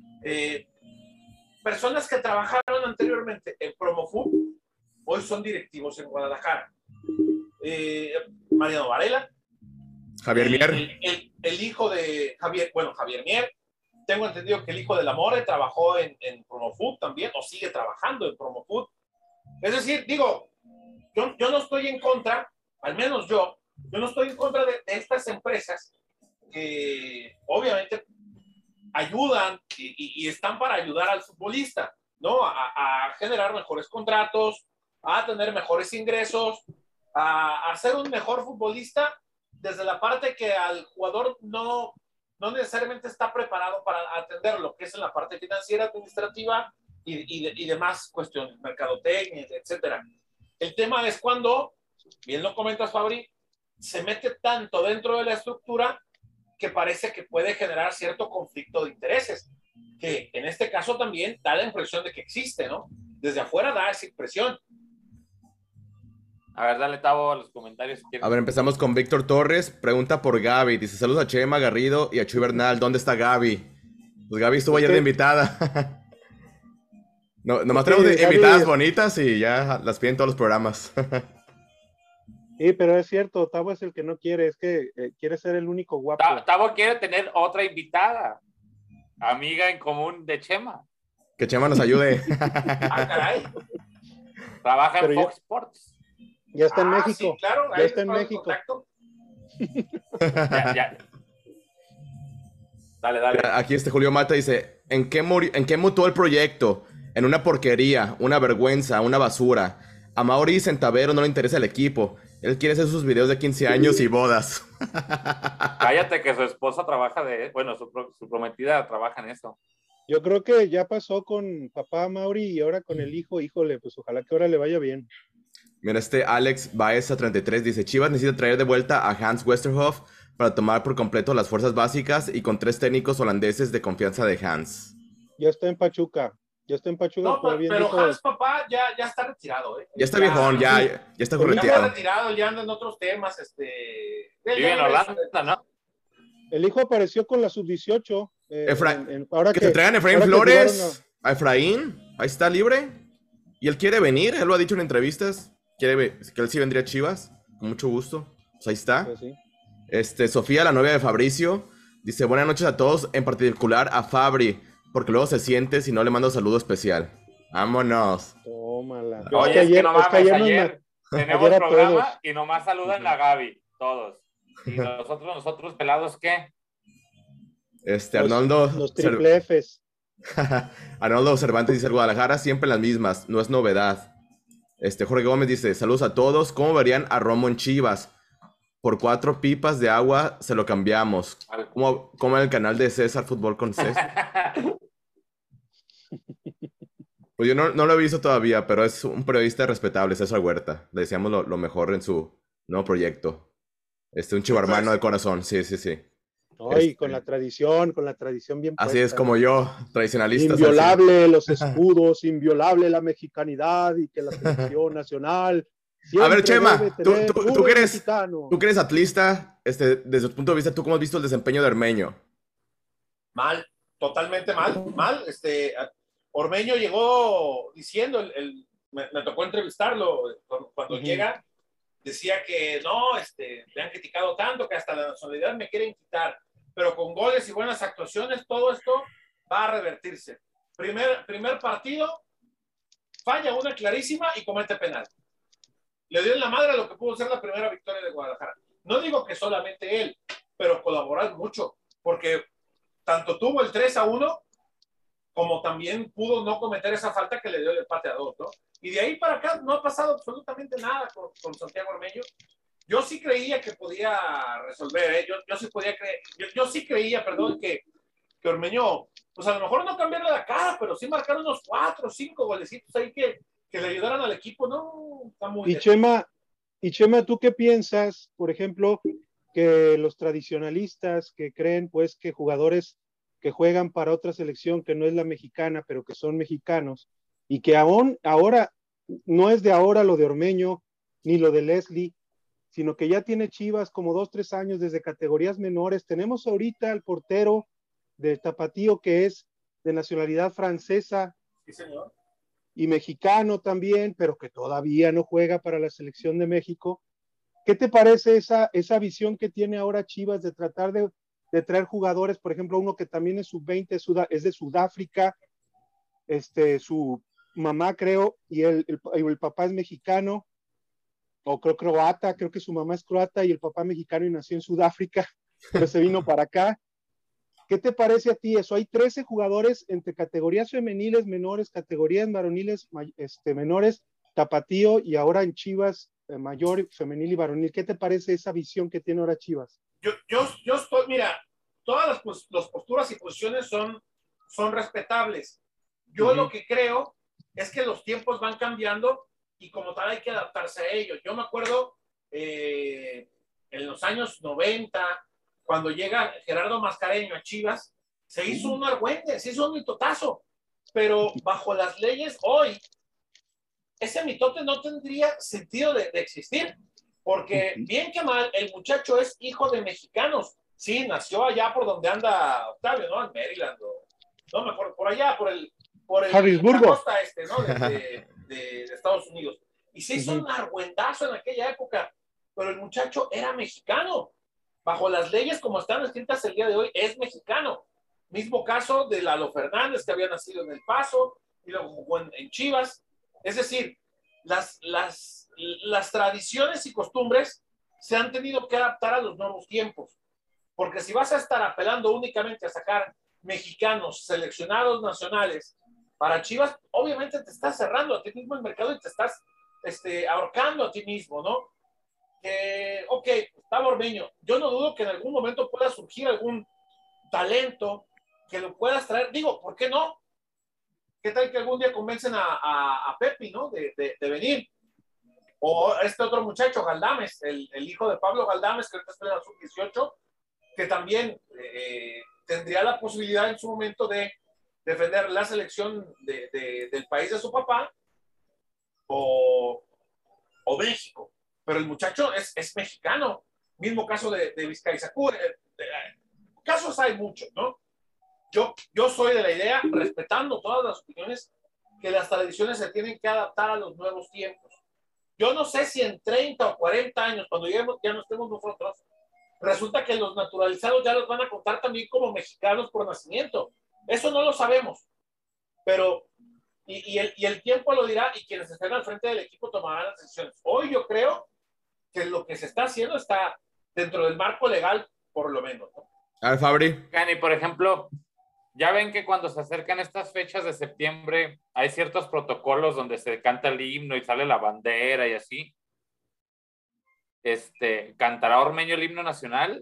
personas que trabajaron anteriormente en Promofood hoy son directivos en Guadalajara. Mariano Varela, Javier Mier, el hijo de Javier Mier. Tengo entendido que el hijo de la More trabajó en Promofood también, o sigue trabajando en Promofood. Es decir, digo, yo no estoy en contra, al menos yo no estoy en contra de estas empresas que obviamente ayudan y están para ayudar al futbolista, ¿no? A generar mejores contratos, a tener mejores ingresos, a ser un mejor futbolista, desde la parte que al jugador no necesariamente está preparado para atender lo que es en la parte financiera, administrativa y demás cuestiones, mercadotecnia, etcétera. El tema es cuando, bien lo comentas, Fabri, se mete tanto dentro de la estructura que parece que puede generar cierto conflicto de intereses, que en este caso también da la impresión de que existe, ¿no? Desde afuera da esa impresión. A ver, dale, Tavo, a los comentarios. A ver, empezamos con Víctor Torres. Pregunta por Gaby. Dice, saludos a Chema, Garrido y a Chuy Bernal. ¿Dónde está Gaby? Pues Gaby estuvo ayer de invitada. No, nomás Sí, tenemos Gaby invitadas es- bonitas y ya las piden todos los programas. Sí, pero es cierto, Tavo es el que no quiere, es que quiere ser el único guapo. Tavo quiere tener otra invitada, amiga en común de Chema. Que Chema nos ayude. Ah, caray. Trabaja en Pero Fox Sports. Ya está en Ah, México. sí, claro, Ya ahí está en les paso el México. contacto. Ya. Dale. Aquí Julio Mata dice, ¿en qué mutó el proyecto? En una porquería, una vergüenza, una basura. A Mauri Centavero no le interesa el equipo. Él quiere hacer sus videos de 15 años y bodas. Cállate que su esposa trabaja su prometida trabaja en eso. Yo creo que ya pasó con papá Mauri y ahora con el hijo. Híjole, pues ojalá que ahora le vaya bien. Mira, Alex Baeza 33 dice, Chivas necesita traer de vuelta a Hans Westerhoff para tomar por completo las fuerzas básicas y con 3 técnicos holandeses de confianza de Hans. Ya está en Pachuca. No, como bien pero dijo. Hans, papá, ya está retirado, ¿eh? Ya está viejón, ya está Ya correteado. está retirado, ya anda en otros temas, Vive en Holanda, ¿no? El hijo apareció con la sub-18. Ahora Que se traigan a Efraín ahora que Flores, a Efraín, ahí está libre. Y él quiere venir, él lo ha dicho en entrevistas. Que él sí vendría a Chivas, con mucho gusto. Pues ahí está. Pues sí. Sofía, la novia de Fabricio, dice, buenas noches a todos, en particular a Fabri, porque luego se siente si no le mando saludo especial. Vámonos. Tómala. Oye, es que no mames, ayer tenemos ayer a programa todos. y nomás saludan a Gaby, todos. Y nosotros pelados, ¿qué? Arnoldo. Los triple Fs. Arnoldo Cervantes dice, Guadalajara siempre las mismas, no es novedad. Jorge Gómez dice, saludos a todos, ¿cómo verían a Romo en Chivas? Por 4 pipas de agua se lo cambiamos. ¿Cómo en el canal de César Fútbol con César? Pues yo no lo he visto todavía, pero es un periodista respetable, César Huerta. Le deseamos lo mejor en su nuevo proyecto. Un chivarmano de corazón, sí. Ay, con la tradición bien Así puesta. es como yo, tradicionalista. Inviolable los escudos, inviolable la mexicanidad y que la selección nacional. A ver, Chema, tú que eres atlista, desde tu punto de vista, ¿tú cómo has visto el desempeño de Ormeño? Mal, totalmente mal. Ormeño llegó diciendo, me tocó entrevistarlo cuando llega, decía que no, le han criticado tanto que hasta la nacionalidad me quieren quitar, pero con goles y buenas actuaciones todo esto va a revertirse. Primer partido, falla una clarísima y comete penal. Le dio en la madre lo que pudo ser la primera victoria de Guadalajara. No digo que solamente él, pero colaborar mucho, porque tanto tuvo el 3-1 como también pudo no cometer esa falta que le dio el empate a 2, ¿no? Y de ahí para acá no ha pasado absolutamente nada con Santiago Ormeño. Yo sí creía que podía resolver, ¿eh? Yo sí creía, que Ormeño, pues a lo mejor no cambiarle la cara, pero sí marcar unos 4 o 5 golecitos ahí que le ayudaran al equipo, ¿no? Está muy bien. Chema, ¿tú qué piensas, por ejemplo, que los tradicionalistas que creen, pues, que jugadores que juegan para otra selección que no es la mexicana, pero que son mexicanos, y que aún ahora, no es de ahora lo de Ormeño, ni lo de Leslie, sino que ya tiene Chivas como 2-3 años desde categorías menores? Tenemos ahorita al portero de Tapatío que es de nacionalidad francesa. Sí, señor. Y mexicano también, pero que todavía no juega para la selección de México. ¿Qué te parece esa visión que tiene ahora Chivas de tratar de traer jugadores? Por ejemplo, uno que también es sub-20, es de Sudáfrica, su mamá creo, y el papá es mexicano, o creo croata, creo que su mamá es croata y el papá mexicano y nació en Sudáfrica, pero se vino para acá. ¿Qué te parece a ti eso? Hay 13 jugadores entre categorías femeniles menores, categorías varoniles menores, Tapatío, y ahora en Chivas mayor, femenil y varonil. ¿Qué te parece esa visión que tiene ahora Chivas? Yo estoy, mira, todas las posturas y posiciones son respetables. Yo lo que creo es que los tiempos van cambiando y como tal hay que adaptarse a ellos. Yo me acuerdo en los años 90, cuando llega Gerardo Mascareño a Chivas, se hizo un argüende, se hizo un mitotazo, pero bajo las leyes hoy, ese mitote no tendría sentido de existir, porque bien que mal, el muchacho es hijo de mexicanos. Sí, nació allá por donde anda Octavio, ¿no? En Maryland, no me acuerdo, por allá, por el por la Harrisburgo. costa ¿no? de Estados Unidos. Y se hizo un argüendazo en aquella época, pero el muchacho era mexicano. Bajo las leyes como están escritas el día de hoy, es mexicano. Mismo caso de Lalo Fernández, que había nacido en El Paso y luego jugó en Chivas. Es decir, las tradiciones y costumbres se han tenido que adaptar a los nuevos tiempos. Porque si vas a estar apelando únicamente a sacar mexicanos seleccionados nacionales para Chivas, obviamente te estás cerrando a ti mismo el mercado y te estás ahorcando a ti mismo, ¿no? Ok, Gustavo Ormeño, yo no dudo que en algún momento pueda surgir algún talento que lo puedas traer. Digo, ¿por qué no? ¿Qué tal que algún día convencen a Pepi, ¿no? De venir. O este otro muchacho, Galdames, el hijo de Pablo Galdames, que ahorita está en la sub-18, que también tendría la posibilidad en su momento de defender la selección del país de su papá o México. Pero el muchacho es mexicano. Mismo caso de Vizcaizacú. Casos hay muchos, ¿no? Yo soy de la idea, respetando todas las opiniones, que las tradiciones se tienen que adaptar a los nuevos tiempos. Yo no sé si en 30 o 40 años, cuando lleguemos, ya no estemos nosotros, resulta que los naturalizados ya los van a contar también como mexicanos por nacimiento. Eso no lo sabemos. Pero, y el tiempo lo dirá, y quienes estén al frente del equipo tomarán las decisiones. Hoy yo creo que lo que se está haciendo está dentro del marco legal, por lo menos, ¿no? A ver, Fabri. Cani, por ejemplo, ya ven que cuando se acercan estas fechas de septiembre hay ciertos protocolos donde se canta el himno y sale la bandera y así. ¿Cantará Ormeño el himno nacional?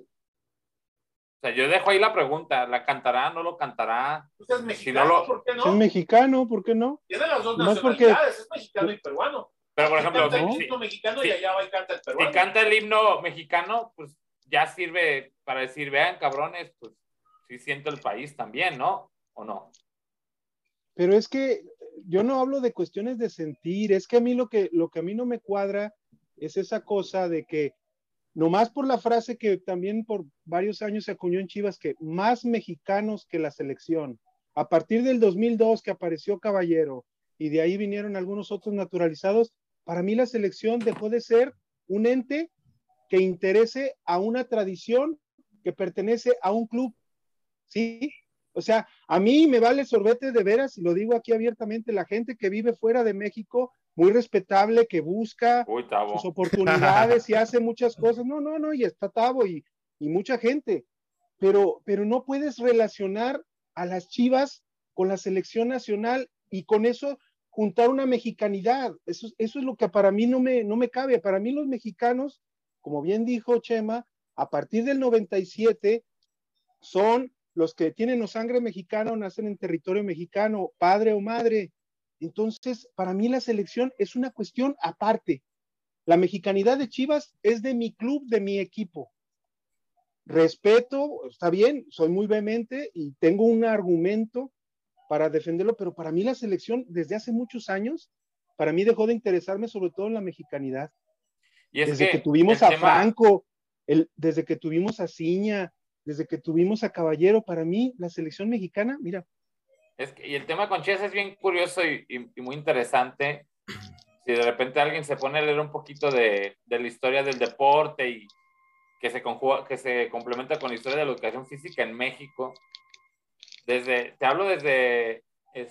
O sea, yo dejo ahí la pregunta, ¿la cantará, no lo cantará? Pues es mexicano, ¿por qué no? Es mexicano, ¿por qué no? Tiene las dos Más nacionalidades, es mexicano y peruano. Pero, por ejemplo, canta el himno mexicano y allá va y canta el peruano. Si canta el himno mexicano, pues ya sirve para decir, vean, cabrones, pues sí siento el país también, ¿no? ¿O no? Pero es que yo no hablo de cuestiones de sentir, es que a mí lo que a mí no me cuadra es esa cosa de que nomás por la frase que también por varios años se acuñó en Chivas, que más mexicanos que la selección. A partir del 2002 que apareció Caballero y de ahí vinieron algunos otros naturalizados, para mí la selección dejó de ser un ente que interese a una tradición que pertenece a un club, ¿sí? O sea, a mí me vale sorbete de veras, y lo digo aquí abiertamente, la gente que vive fuera de México, muy respetable, que busca sus oportunidades y hace muchas cosas. No, y está Tavo y mucha gente. Pero no puedes relacionar a las Chivas con la selección nacional y con eso juntar una mexicanidad. Eso es lo que para mí no me cabe. Para mí los mexicanos, como bien dijo Chema, a partir del 97 son los que tienen o sangre mexicana o nacen en territorio mexicano, padre o madre. Entonces, para mí la selección es una cuestión aparte. La mexicanidad de Chivas es de mi club, de mi equipo. Respeto, está bien, soy muy vehemente y tengo un argumento para defenderlo, pero para mí la selección desde hace muchos años, para mí dejó de interesarme sobre todo en la mexicanidad. Y desde que tuvimos a Franco, desde que tuvimos a Ciña, desde que tuvimos a Caballero, para mí la selección mexicana, mira. Y el tema con Chivas es bien curioso y muy interesante. Si de repente alguien se pone a leer un poquito de la historia del deporte y que se complementa con la historia de la educación física en México, te hablo desde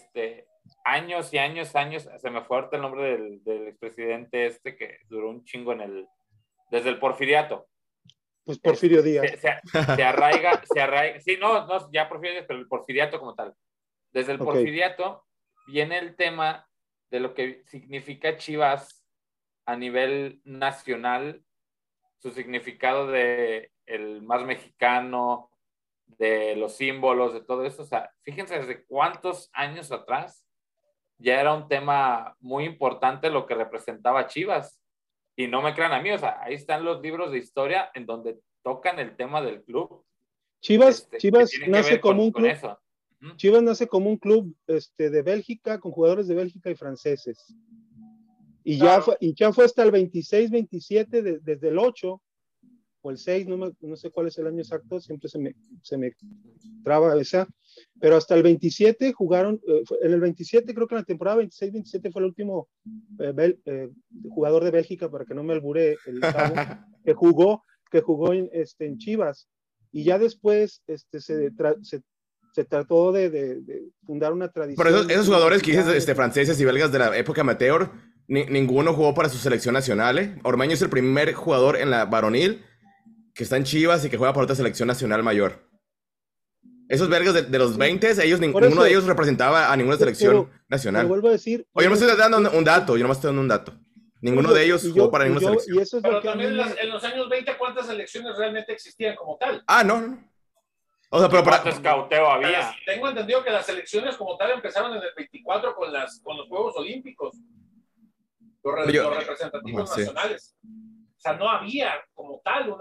años y años, se me fue ahorita el nombre del expresidente que duró un chingo desde el Porfiriato. Pues Porfirio Díaz. Se arraiga, sí, no, ya Porfirio Díaz, pero el Porfiriato como tal. Desde el Porfiriato viene el tema de lo que significa Chivas a nivel nacional, su significado de el más mexicano, de los símbolos, de todo eso. O sea, fíjense desde cuántos años atrás ya era un tema muy importante lo que representaba Chivas. Y no me crean a mí, o sea, ahí están los libros de historia en donde tocan el tema del club. Chivas nace como un club. Eso. Chivas nace como un club de Bélgica, con jugadores de Bélgica y franceses. Y ya fue hasta el 26, 27, desde el 8, o el 6, no sé cuál es el año exacto, siempre se me traba esa, pero hasta el 27 jugaron, en el 27 creo que en la temporada 26-27 fue el último jugador de Bélgica, para que no me albure el chavo, que jugó en Chivas, y ya después se trató de fundar una tradición. Pero esos jugadores que dices, franceses y belgas de la época amateur, ninguno jugó para su selección nacional, ¿eh? Ormeño es el primer jugador en la varonil que está en Chivas y que juega para otra selección nacional mayor. Esos belgas de los 20, ninguno de ellos representaba a ninguna selección nacional. Pero vuelvo a decir... Oye, no me estoy dando un dato, Ninguno de ellos jugó para ninguna selección. Pero también en los años 20, ¿cuántas selecciones realmente existían como tal? No. O sea, pero ¿cuánto escauteo había? Tengo entendido que las selecciones como tal empezaron en el 24 con los Juegos Olímpicos. Los representativos nacionales. O sea, no había como tal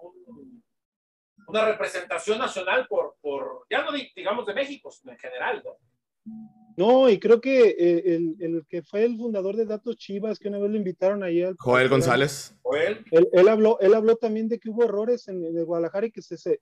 una representación nacional ya no digamos de México, sino en general, ¿no? No, y creo que el que fue el fundador de Datos Chivas, que una vez lo invitaron ahí al... Joel González. Joel. Él habló también de que hubo errores en el Guadalajara y que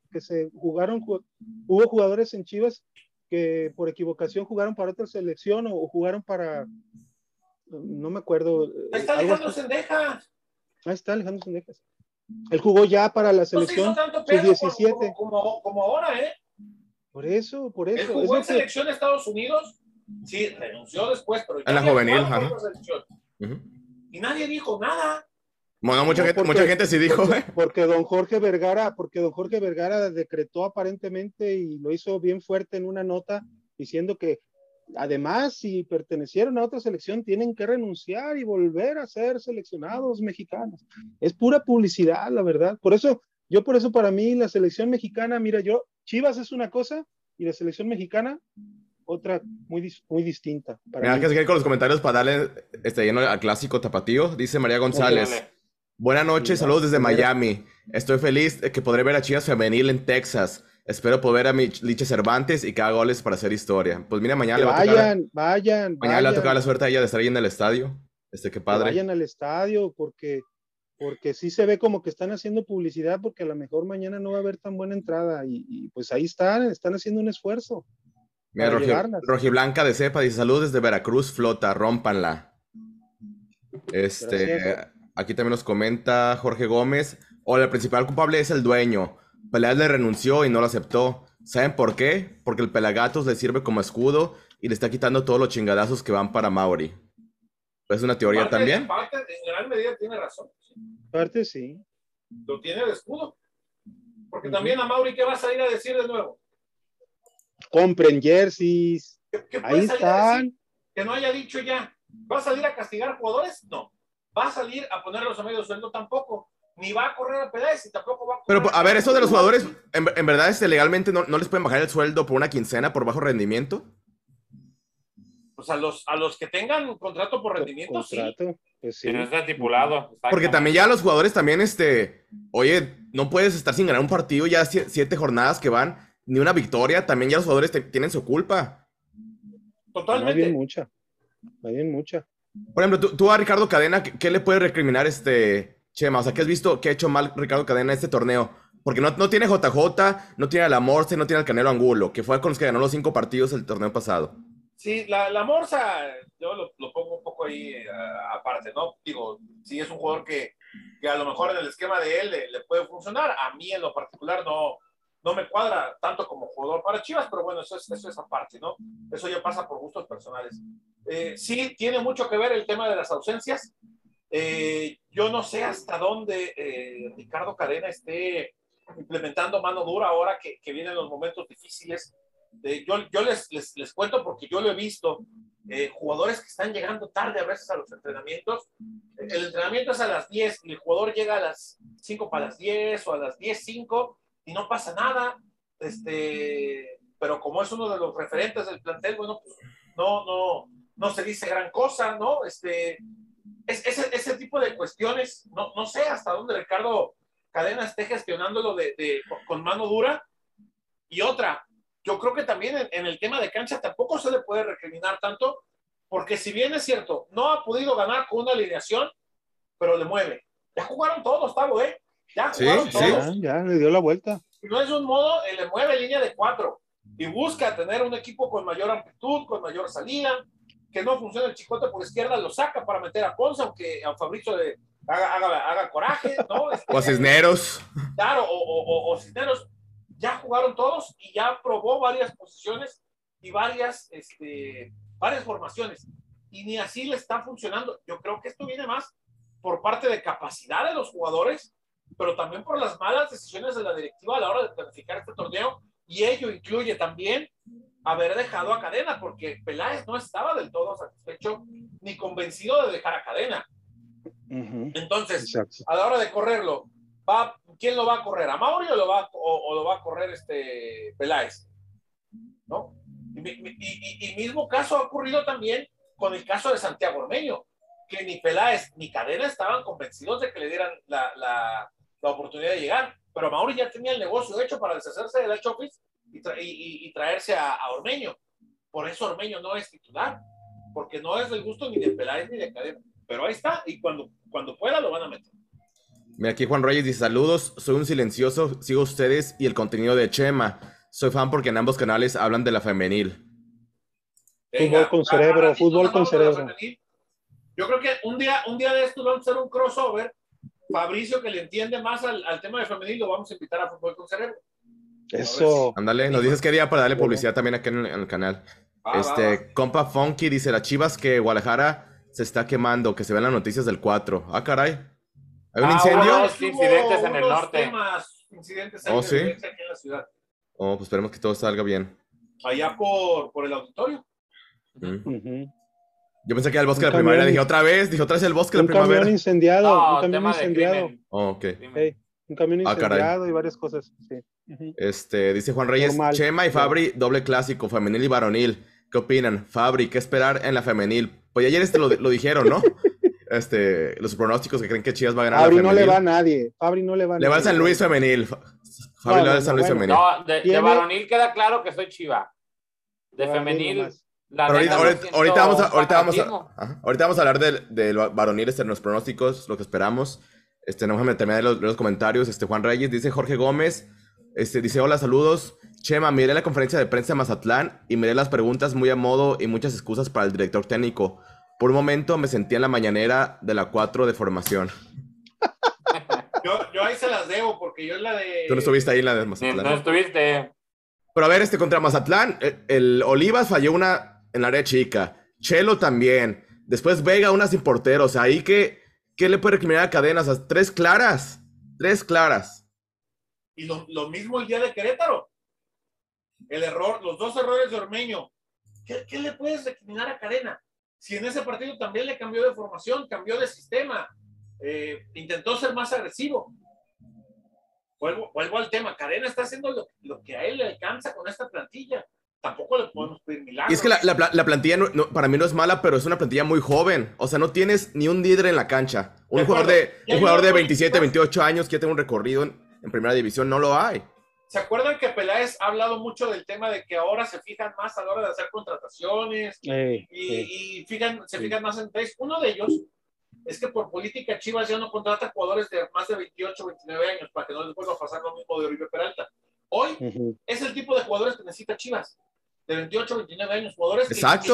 hubo jugadores en Chivas que por equivocación jugaron para otra selección o jugaron para... No me acuerdo. Ahí está Alejandro Sendejas. Ahí está Alejandro Sendejas. Él jugó ya para la selección sub-17. Como ahora, ¿eh? Por eso. Él jugó en selección de Estados Unidos. Sí, renunció después, pero ya en la juvenil, y nadie dijo nada. Bueno, mucha gente sí dijo. Porque don Jorge Vergara decretó aparentemente y lo hizo bien fuerte en una nota diciendo que además, si pertenecieron a otra selección, tienen que renunciar y volver a ser seleccionados mexicanos. Es pura publicidad, la verdad. Por eso para mí la selección mexicana, mira, Chivas es una cosa y la selección mexicana otra muy, muy distinta. Mira, que seguir con los comentarios para darle lleno al clásico tapatío. Dice María González. Okay. Buenas noches, saludos desde Miami. Estoy feliz de que podré ver a Chivas femenil en Texas. Espero poder ver a mi Liche Cervantes y que haga goles para hacer historia. Pues mira, mañana le va a tocar. Mañana le va a tocar la suerte a ella de estar ahí en el estadio. Qué padre. Vayan al estadio porque sí se ve como que están haciendo publicidad, porque a lo mejor mañana no va a haber tan buena entrada y pues ahí están haciendo un esfuerzo. Mira, Rojiblanca de Cepa dice: saludos desde Veracruz, flota, rómpanla. Aquí también nos comenta Jorge Gómez: hola, el principal culpable es el dueño. Peláez le renunció y no lo aceptó. ¿Saben por qué? Porque el Pelagatos le sirve como escudo y le está quitando todos los chingadazos que van para Mauri. ¿Es una teoría también? En gran medida tiene razón. Parte sí. Lo tiene de escudo. Porque también a Mauri, ¿qué va a salir a decir de nuevo? Compren jerseys. ¿Qué ahí están. Que no haya dicho ya. ¿Va a salir a castigar jugadores? No. ¿Va a salir a ponerlos a medio sueldo? Tampoco. Ni va a correr a Peláez y tampoco va a correr. Pero, a ver, eso de los jugadores, en verdad, legalmente no les pueden bajar el sueldo por una quincena por bajo rendimiento. Pues a los que tengan un contrato por rendimiento, sí. Pues sí. Si no está estipulado. Porque también ya los jugadores también, oye, no puedes estar sin ganar un partido ya 7 jornadas que van, ni una victoria. También ya los jugadores tienen su culpa. Totalmente. Va bien mucha. Por ejemplo, tú a Ricardo Cadena, ¿qué le puedes recriminar Chema? O sea, ¿qué has visto que ha hecho mal Ricardo Cadena en este torneo? Porque no tiene JJ, no tiene a la Morse, no tiene al Canelo Angulo, que fue con los que ganó los 5 partidos el torneo pasado. Sí, la Morsa, yo lo pongo un poco ahí aparte, ¿no? Digo, sí es un jugador que a lo mejor en el esquema de él le puede funcionar. A mí en lo particular no me cuadra tanto como jugador para Chivas, pero bueno, eso es aparte, ¿no? Eso ya pasa por gustos personales. Sí, tiene mucho que ver el tema de las ausencias. Yo no sé hasta dónde Ricardo Cadena esté implementando mano dura ahora que vienen los momentos difíciles. Yo les cuento porque yo lo he visto, jugadores que están llegando tarde a veces a los entrenamientos. El entrenamiento es a las 10 y el jugador llega a las 5 para las 10 o a las 10:05 y no pasa nada. Pero como es uno de los referentes del plantel, bueno, pues no se dice gran cosa, ¿no? Ese tipo de cuestiones, no sé hasta dónde Ricardo Cadena esté gestionándolo con mano dura. Y otra, yo creo que también en el tema de cancha tampoco se le puede recriminar tanto, porque si bien es cierto, no ha podido ganar con una alineación, pero le mueve. Ya jugaron todos, Tavo, Ya Sí, jugaron sí. todos. Ya le dio la vuelta. Y no es un modo, le mueve línea de 4 y busca tener un equipo con mayor amplitud, con mayor salida, que no funciona el Chicote por izquierda, lo saca para meter a Ponce, aunque a Fabrizio le haga coraje, ¿no? O a Cisneros. Claro, o Cisneros. Ya jugaron todos y ya probó varias posiciones y varias formaciones. Y ni así le está funcionando. Yo creo que esto viene más por parte de capacidad de los jugadores, pero también por las malas decisiones de la directiva a la hora de planificar este torneo, y ello incluye también haber dejado a Cadena, porque Peláez no estaba del todo satisfecho ni convencido de dejar a Cadena. Entonces, Exacto. a la hora de correrlo, ¿quién lo va a correr? ¿A Mauri o lo va a correr Peláez? ¿No? Y mismo caso ha ocurrido también con el caso de Santiago Ormeño, que ni Peláez ni Cadena estaban convencidos de que le dieran la oportunidad de llegar, pero Mauri ya tenía el negocio hecho para deshacerse de la Chofis y traerse a Ormeño. Por eso Ormeño no es titular, porque no es del gusto ni de Peláez ni de Cadena, pero ahí está, y cuando pueda lo van a meter. Mira, aquí Juan Reyes dice, saludos, soy un silencioso, sigo a ustedes y el contenido de Chema. Soy fan porque en ambos canales hablan de la femenil. Fútbol con cerebro, fútbol con cerebro. Yo creo que un día de estos vamos a hacer un crossover. Fabricio, que le entiende más al tema de femenil, lo vamos a invitar a Fútbol con Cerebro. Eso. Ándale, nos dices qué día para darle publicidad también aquí en el canal. Compa Funky dice, las Chivas que Guadalajara se está quemando, que se ven las noticias del 4. Ah, caray. ¿Hay un incendio? Incidentes en el norte. Incidentes ¿Sí? aquí en la ciudad. Pues esperemos que todo salga bien. Allá por el auditorio. Yo pensé que era el bosque de la primavera. Dije otra vez el bosque de la primavera. Un camión incendiado. No, un camión tema incendiado. Ok. Hey, un camión incendiado y varias cosas. Sí. Dice Juan Reyes, Normal. Chema y Fabri, doble clásico, femenil y varonil. ¿Qué opinan? Fabri, ¿qué esperar en la femenil? Pues ayer lo dijeron, ¿no? Los pronósticos que creen que Chivas va a ganar Fabri la femenil. no le va a nadie. Fabri no le va a nadie. Le va al San Luis femenil. Fabri le va al San Luis femenil. No, de varonil queda claro que soy Chiva. De femenil... Pero ahorita vamos a hablar del varonil, en los pronósticos, lo que esperamos. No vamos a terminar los comentarios. Juan Reyes dice, Jorge Gómez, dice, hola, saludos. Chema, miré la conferencia de prensa de Mazatlán y miré las preguntas muy a modo y muchas excusas para el director técnico. Por un momento me sentí en la mañanera de la 4 de formación. Yo ahí se las debo, porque yo en la de... Tú no estuviste ahí en la de Mazatlán. No estuviste. Pero a ver, contra Mazatlán, el Olivas falló una en la área chica. Chelo también. Después Vega, una sin portero. O sea, ahí ¿qué le puede recriminar a Cadenas? O sea, tres claras. Y lo mismo el día de Querétaro. Los dos errores de Ormeño. ¿Qué le puedes recriminar a Cadena? Si en ese partido también le cambió de formación, cambió de sistema, intentó ser más agresivo. Vuelvo al tema. Cadena está haciendo lo que a él le alcanza con esta plantilla. Tampoco le podemos pedir milagros. Y es que la plantilla para mí no es mala, pero es una plantilla muy joven. O sea, no tienes ni un líder en la cancha. Un jugador de 27, 28 años que ya tiene un recorrido en primera división, no lo hay. ¿Se acuerdan que Peláez ha hablado mucho del tema de que ahora se fijan más a la hora de hacer contrataciones y se fijan más en tres? Uno de ellos es que por política Chivas ya no contrata jugadores de más de 28, 29 años para que no les vuelva a pasar lo mismo de Oribe Peralta. Hoy es el tipo de jugadores que necesita Chivas, de 28, 29 años, jugadores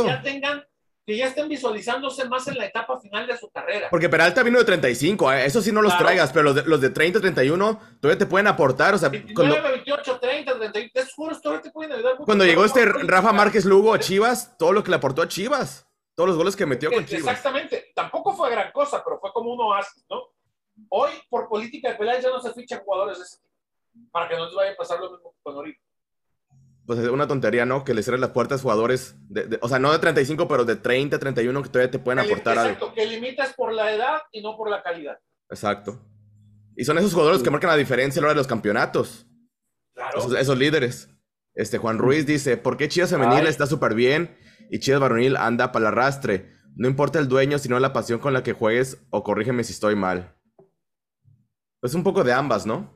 que ya estén visualizándose más en la etapa final de su carrera. Porque Peralta vino de 35, eso sí no los traigas, pero los de 30, 31 todavía te pueden aportar, o sea, 29, 28, 30, 31, esos jugadores todavía te pueden ayudar mucho. Cuando llegó Rafa Márquez Lugo a Chivas, todo lo que le aportó a Chivas, todos los goles que metió con Chivas. Exactamente, tampoco fue gran cosa, pero fue como un oasis, ¿no? Hoy, por política de Peláez, ya no se fichan jugadores de ese tipo, para que no les vaya a pasar lo mismo con Oribe. Pues es una tontería, ¿no? Que le cierren las puertas a jugadores, o sea, no de 35, pero de 30, 31 que todavía te pueden aportar algo. Exacto, que limitas por la edad y no por la calidad. Exacto. Y son esos jugadores que marcan la diferencia a la hora de los campeonatos. Claro. Esos líderes. Juan Ruiz dice, ¿por qué Chivas femenil está súper bien y Chivas varonil anda para el arrastre? No importa el dueño, sino la pasión con la que juegues, o corrígeme si estoy mal. Pues un poco de ambas, ¿no?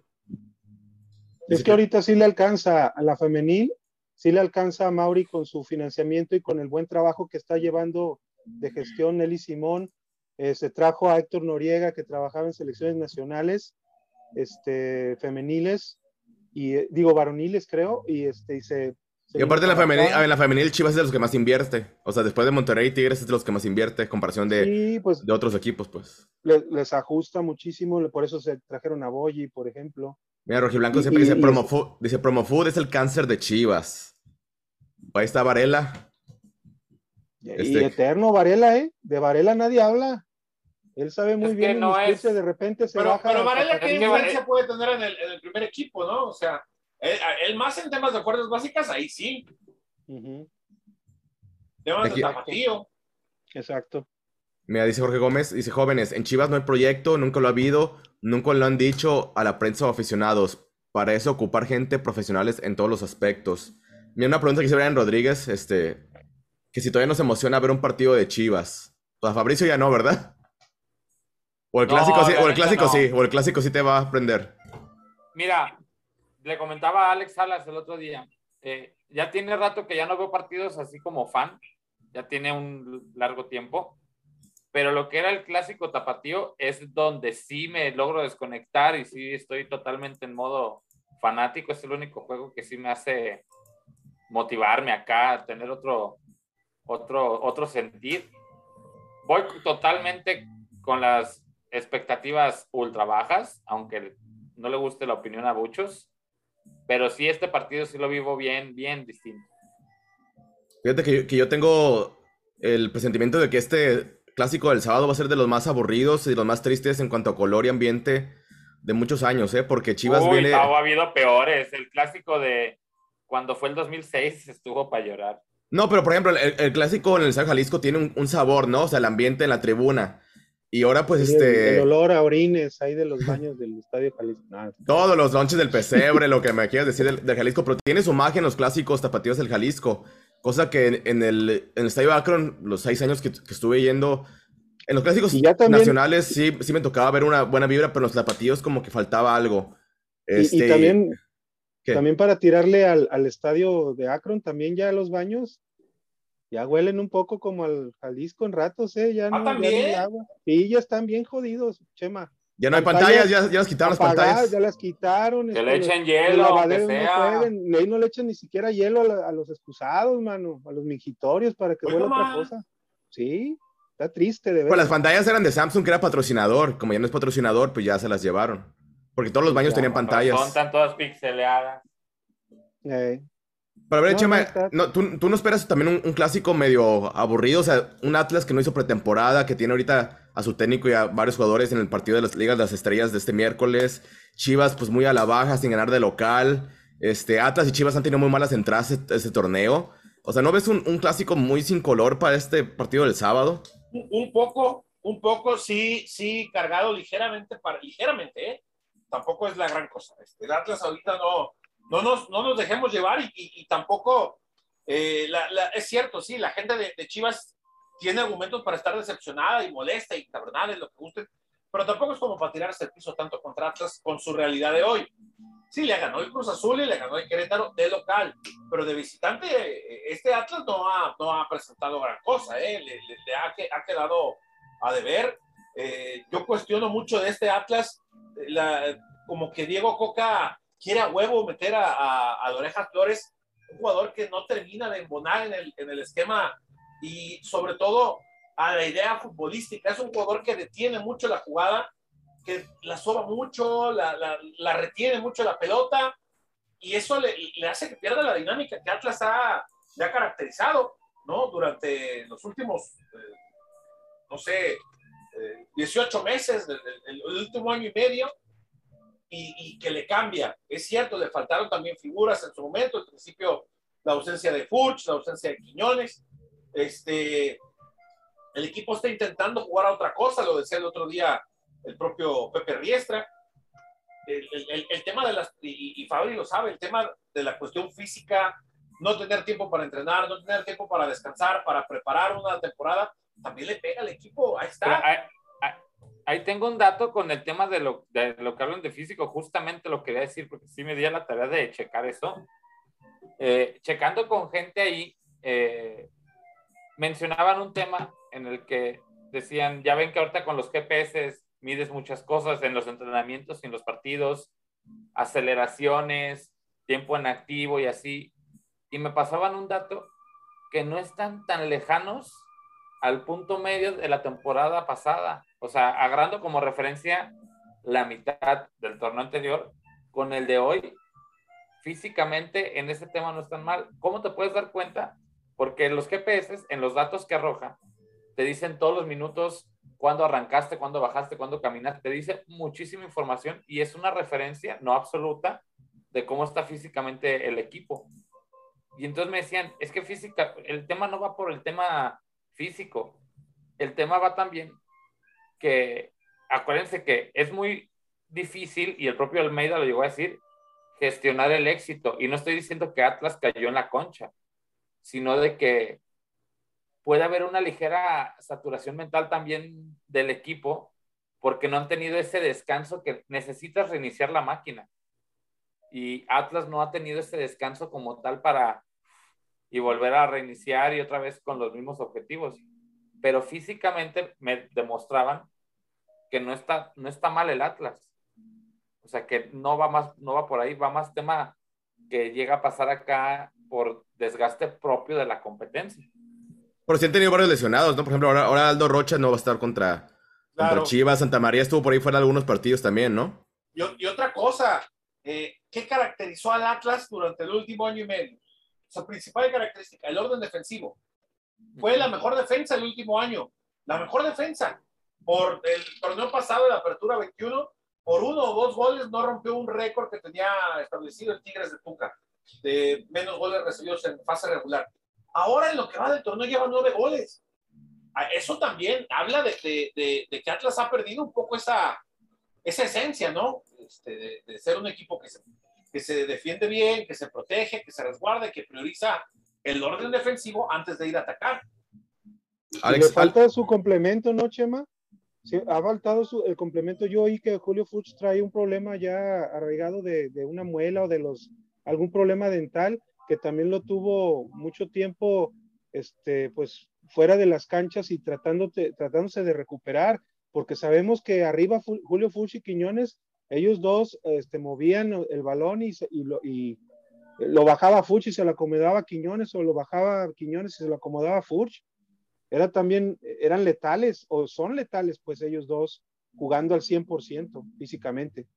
Es que ahorita sí le alcanza a la femenil, sí le alcanza a Mauri con su financiamiento y con el buen trabajo que está llevando de gestión Nelly Simón. Se trajo a Héctor Noriega, que trabajaba en selecciones nacionales, femeniles, y digo varoniles creo, y se Y aparte vino para acá. en la femenil Chivas es de los que más invierte. O sea, después de Monterrey, Tigres es de los que más invierte en comparación Sí, pues de otros equipos, pues. les ajusta muchísimo, por eso se trajeron a Boyi, por ejemplo. Mira, Rojiblanco Y, siempre dice y, y es- dice Promofood es el cáncer de Chivas. Ahí está Varela. y eterno Varela, de Varela nadie habla. Él sabe muy Es que bien no inmiscuirse, es. de repente se Pero baja. Varela, ¿qué Es que influencia puede tener en el primer equipo, no? O sea, él más en temas de fuerzas básicas, ahí sí. Ujú, Temas de Aquí- tapatío. exacto. Mira, dice Jorge Gómez, dice jóvenes, en Chivas no hay proyecto, nunca lo ha habido, nunca lo han dicho a la prensa o aficionados. Para eso ocupar gente profesionales en todos los aspectos. Mira, una pregunta que hizo Brian Rodríguez, que si todavía nos emociona ver un partido de Chivas. Pues a Fabricio ya no, ¿verdad? O el clásico No, sí, la o el neta clásico no. sí, o el clásico sí te va a aprender. Mira, le comentaba a Alex Salas el otro día, ya tiene rato que ya no veo partidos así como fan, ya tiene un largo tiempo, pero lo que era el clásico tapatío es donde sí me logro desconectar y sí estoy totalmente en modo fanático, es el único juego que sí me hace motivarme acá, tener otro sentir. Voy totalmente con las expectativas ultra bajas, aunque no le guste la opinión a muchos, pero sí este partido sí lo vivo bien, bien distinto. Fíjate que yo tengo el presentimiento de que este clásico del sábado va a ser de los más aburridos y de los más tristes en cuanto a color y ambiente de muchos años, ¿eh? Porque Chivas Uy, viene... ha habido peores. El clásico de cuando fue el 2006 estuvo para llorar. No, pero por ejemplo, el clásico en el Estadio Jalisco tiene un sabor, ¿no? O sea, el ambiente en la tribuna. Y ahora, pues, Sí, el olor a orines ahí de los baños del Estadio Jalisco. todos los lonches del pesebre, lo que me quieras decir del Jalisco, pero tiene su magia en los clásicos tapatíos del Jalisco. Cosa que en el Estadio Akron, los 6 años que estuve yendo, en los clásicos Y ya también, nacionales sí me tocaba ver una buena vibra, pero en los tapatíos como que faltaba algo. y Este, ¿qué? también para tirarle al estadio de Akron, también ya los baños ya huelen un poco como al Jalisco en ratos, ya no hay ¿También? agua. Sí, ya están bien jodidos, Chema. Ya no hay pantallas, ya las quitaron las Apagadas, pantallas. ya las quitaron. Que le echen Los hielo, aunque lavaderos no sea. pueden, ahí no le echan ni siquiera hielo a los excusados, mano, a los mingitorios para que Oiga, huela otra ma. cosa. Sí, está triste de Pues ver. las pantallas eran de Samsung, que era patrocinador. Como ya no es patrocinador, pues ya se las llevaron. Porque todos los Sí, baños claro. tenían Con pantallas. razón, están todas pixeleadas. Pero a ver, No, Chema, está. ¿tú no esperas también un clásico medio aburrido? O sea, un Atlas que no hizo pretemporada, que tiene ahorita a su técnico y a varios jugadores en el partido de las Ligas de las Estrellas de este miércoles. Chivas, pues muy a la baja, sin ganar de local. Atlas y Chivas han tenido muy malas entradas este torneo. O sea, ¿no ves un clásico muy sin color para este partido del sábado? Un poco, sí, cargado ligeramente, ligeramente, ¿eh? Tampoco es la gran cosa. El Atlas ahorita no nos dejemos llevar y tampoco, es cierto, sí, la gente de Chivas tiene argumentos para estar decepcionada y molesta y cabronada, lo que guste, pero tampoco es como para tirarse el piso tanto contra Atlas con su realidad de hoy. Sí, le ganó el Cruz Azul y le ganó el Querétaro de local, pero de visitante, este Atlas no ha presentado gran cosa, le ha quedado a deber. Yo cuestiono mucho de este Atlas, como que Diego Coca quiere a huevo meter a Orejas Flores, un jugador que no termina de embonar en el esquema y sobre todo a la idea futbolística. Es un jugador que detiene mucho la jugada, que la soba mucho, la retiene mucho la pelota, y eso le hace que pierda la dinámica que Atlas le ha caracterizado, ¿no? Durante los últimos, no sé, 18 meses, el último año y medio, y que le cambia. Es cierto, le faltaron también figuras en su momento, al principio la ausencia de Furch, la ausencia de Quiñones, el equipo está intentando jugar a otra cosa, lo decía el otro día el propio Pepe Riestra. El tema de y Fabri lo sabe, el tema de la cuestión física, no tener tiempo para entrenar, no tener tiempo para descansar, para preparar una temporada, también le pega al equipo. Ahí está. Ahí tengo un dato con el tema de lo que hablan de físico, justamente lo quería decir, porque sí me di a la tarea de checar eso. Checando con gente ahí, mencionaban un tema en el que decían, ya ven que ahorita con los GPS mides muchas cosas en los entrenamientos y en los partidos, aceleraciones, tiempo en activo y así. Y me pasaban un dato que no están tan lejanos al punto medio de la temporada pasada. O sea, agarrando como referencia la mitad del torneo anterior con el de hoy, físicamente en ese tema no están mal. ¿Cómo te puedes dar cuenta? Porque los GPS, en los datos que arroja, te dicen todos los minutos, cuándo arrancaste, cuándo bajaste, cuándo caminaste, te dice muchísima información y es una referencia no absoluta de cómo está físicamente el equipo. Y entonces me decían, es que física, el tema no va por el tema físico, el tema va también que, acuérdense que es muy difícil, y el propio Almeida lo llegó a decir, gestionar el éxito. Y no estoy diciendo que Atlas cayó en la concha, sino de que puede haber una ligera saturación mental también del equipo, porque no han tenido ese descanso que necesitas reiniciar la máquina. Y Atlas no ha tenido ese descanso como tal para y volver a reiniciar y otra vez con los mismos objetivos. Pero físicamente me demostraban que no está mal el Atlas. O sea, que no va por ahí, va más tema que llega a pasar acá por desgaste propio de la competencia. Pero sí han tenido varios lesionados, ¿no? Por ejemplo, ahora Aldo Rocha no va a estar contra Chivas. Santa María estuvo por ahí fuera algunos partidos también, ¿no? Y otra cosa, ¿qué caracterizó al Atlas durante el último año y medio? Su principal característica, el orden defensivo. Fue la mejor defensa el último año. La mejor defensa. Por el torneo pasado de la Apertura 21, por 1 o 2 goles no rompió un récord que tenía establecido el Tigres de Tuca, de menos goles recibidos en fase regular. Ahora en lo que va del torneo lleva 9 goles. Eso también habla de que Atlas ha perdido un poco esa esencia, ¿no? De ser un equipo que se defiende bien, que se protege, que se resguarda, que prioriza el orden defensivo antes de ir a atacar. Le falta su complemento, ¿no, Chema? Sí, ha faltado el complemento. Yo oí que Julio Furch trae un problema ya arraigado de una muela o algún problema dental, que también lo tuvo mucho tiempo pues fuera de las canchas y tratándose de recuperar, porque sabemos que arriba Julio Furch y Quiñones, ellos dos movían el balón y lo bajaba Furch y se lo acomodaba Quiñones, o lo bajaba Quiñones y se lo acomodaba Furch. Eran letales, o son letales, pues ellos dos, jugando al 100% físicamente.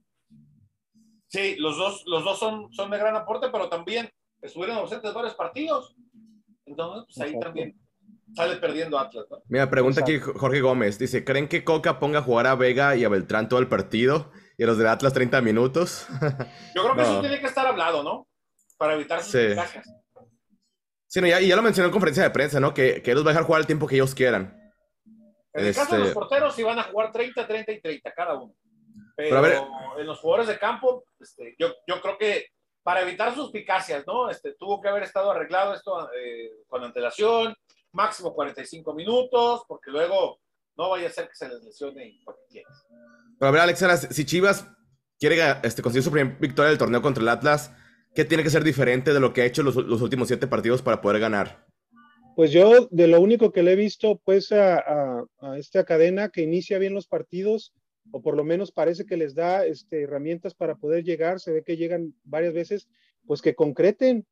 Sí, los dos son de gran aporte, pero también estuvieron ausentes varios partidos. Entonces, pues ahí también sale perdiendo Atlas, ¿no? Mira, pregunta aquí Jorge Gómez. Dice, ¿creen que Coca ponga a jugar a Vega y a Beltrán todo el partido? Y a los del Atlas 30 minutos. Yo creo que eso tiene que estar hablado, ¿no? Para evitar sus ventajas. Sí, no, ya lo mencionó en conferencia de prensa, ¿no? Que los va a dejar jugar el tiempo que ellos quieran. En el caso de los porteros, sí van a jugar 30, 30 y 30 cada uno. Pero a ver, en los jugadores de campo, yo creo que para evitar suspicacias, ¿no? Tuvo que haber estado arreglado esto con antelación, máximo 45 minutos, porque luego no vaya a ser que se les lesione y porque quieras. Pero a ver, Alex, si Chivas quiere conseguir su primera victoria del torneo contra el Atlas, ¿qué tiene que ser diferente de lo que ha hecho los últimos 7 partidos para poder ganar? Pues yo, de lo único que le he visto, pues, a esta cadena que inicia bien los partidos, o por lo menos parece que les da herramientas para poder llegar, se ve que llegan varias veces, pues que concreten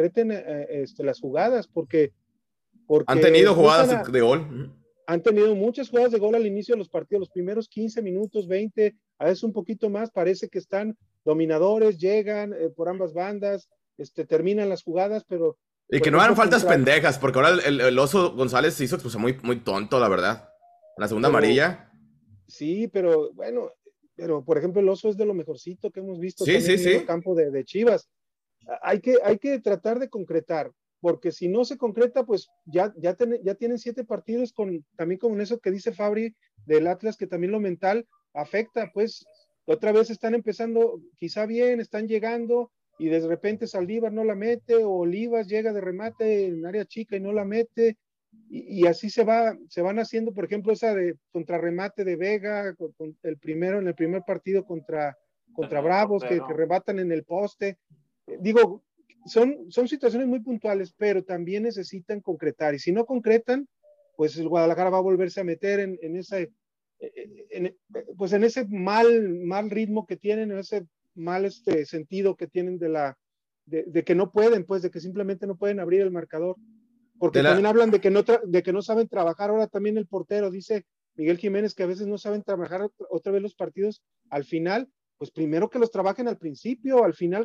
las jugadas, porque han tenido jugadas de gol. Han tenido muchas jugadas de gol al inicio de los partidos, los primeros 15 minutos, 20, a veces un poquito más, parece que están dominadores, llegan por ambas bandas, terminan las jugadas, pero... Y que no eran faltas pendejas, porque ahora el Oso González se hizo muy, muy tonto, la verdad. En la segunda amarilla. Sí, pero bueno, por ejemplo el Oso es de lo mejorcito que hemos visto en el campo de Chivas. Hay que tratar de concretar, porque si no se concreta, pues ya tienen 7 partidos también con eso que dice Fabri del Atlas, que también lo mental afecta, pues otra vez están empezando quizá bien, están llegando, y de repente Saldívar no la mete, o Olivas llega de remate en área chica y no la mete, y así se van haciendo, por ejemplo, esa de contrarremate de Vega, en el primer partido contra Bravos, que rebatan en el poste. Digo, son situaciones muy puntuales, pero también necesitan concretar, y si no concretan, pues el Guadalajara va a volverse a meter en pues en ese mal ritmo que tienen, en ese mal sentido que tienen de que no pueden, pues de que simplemente no pueden abrir el marcador, porque también hablan de que no saben trabajar. Ahora también el portero dice Miguel Jiménez que a veces no saben trabajar otra vez los partidos al final. Pues primero que los trabajen al principio, al final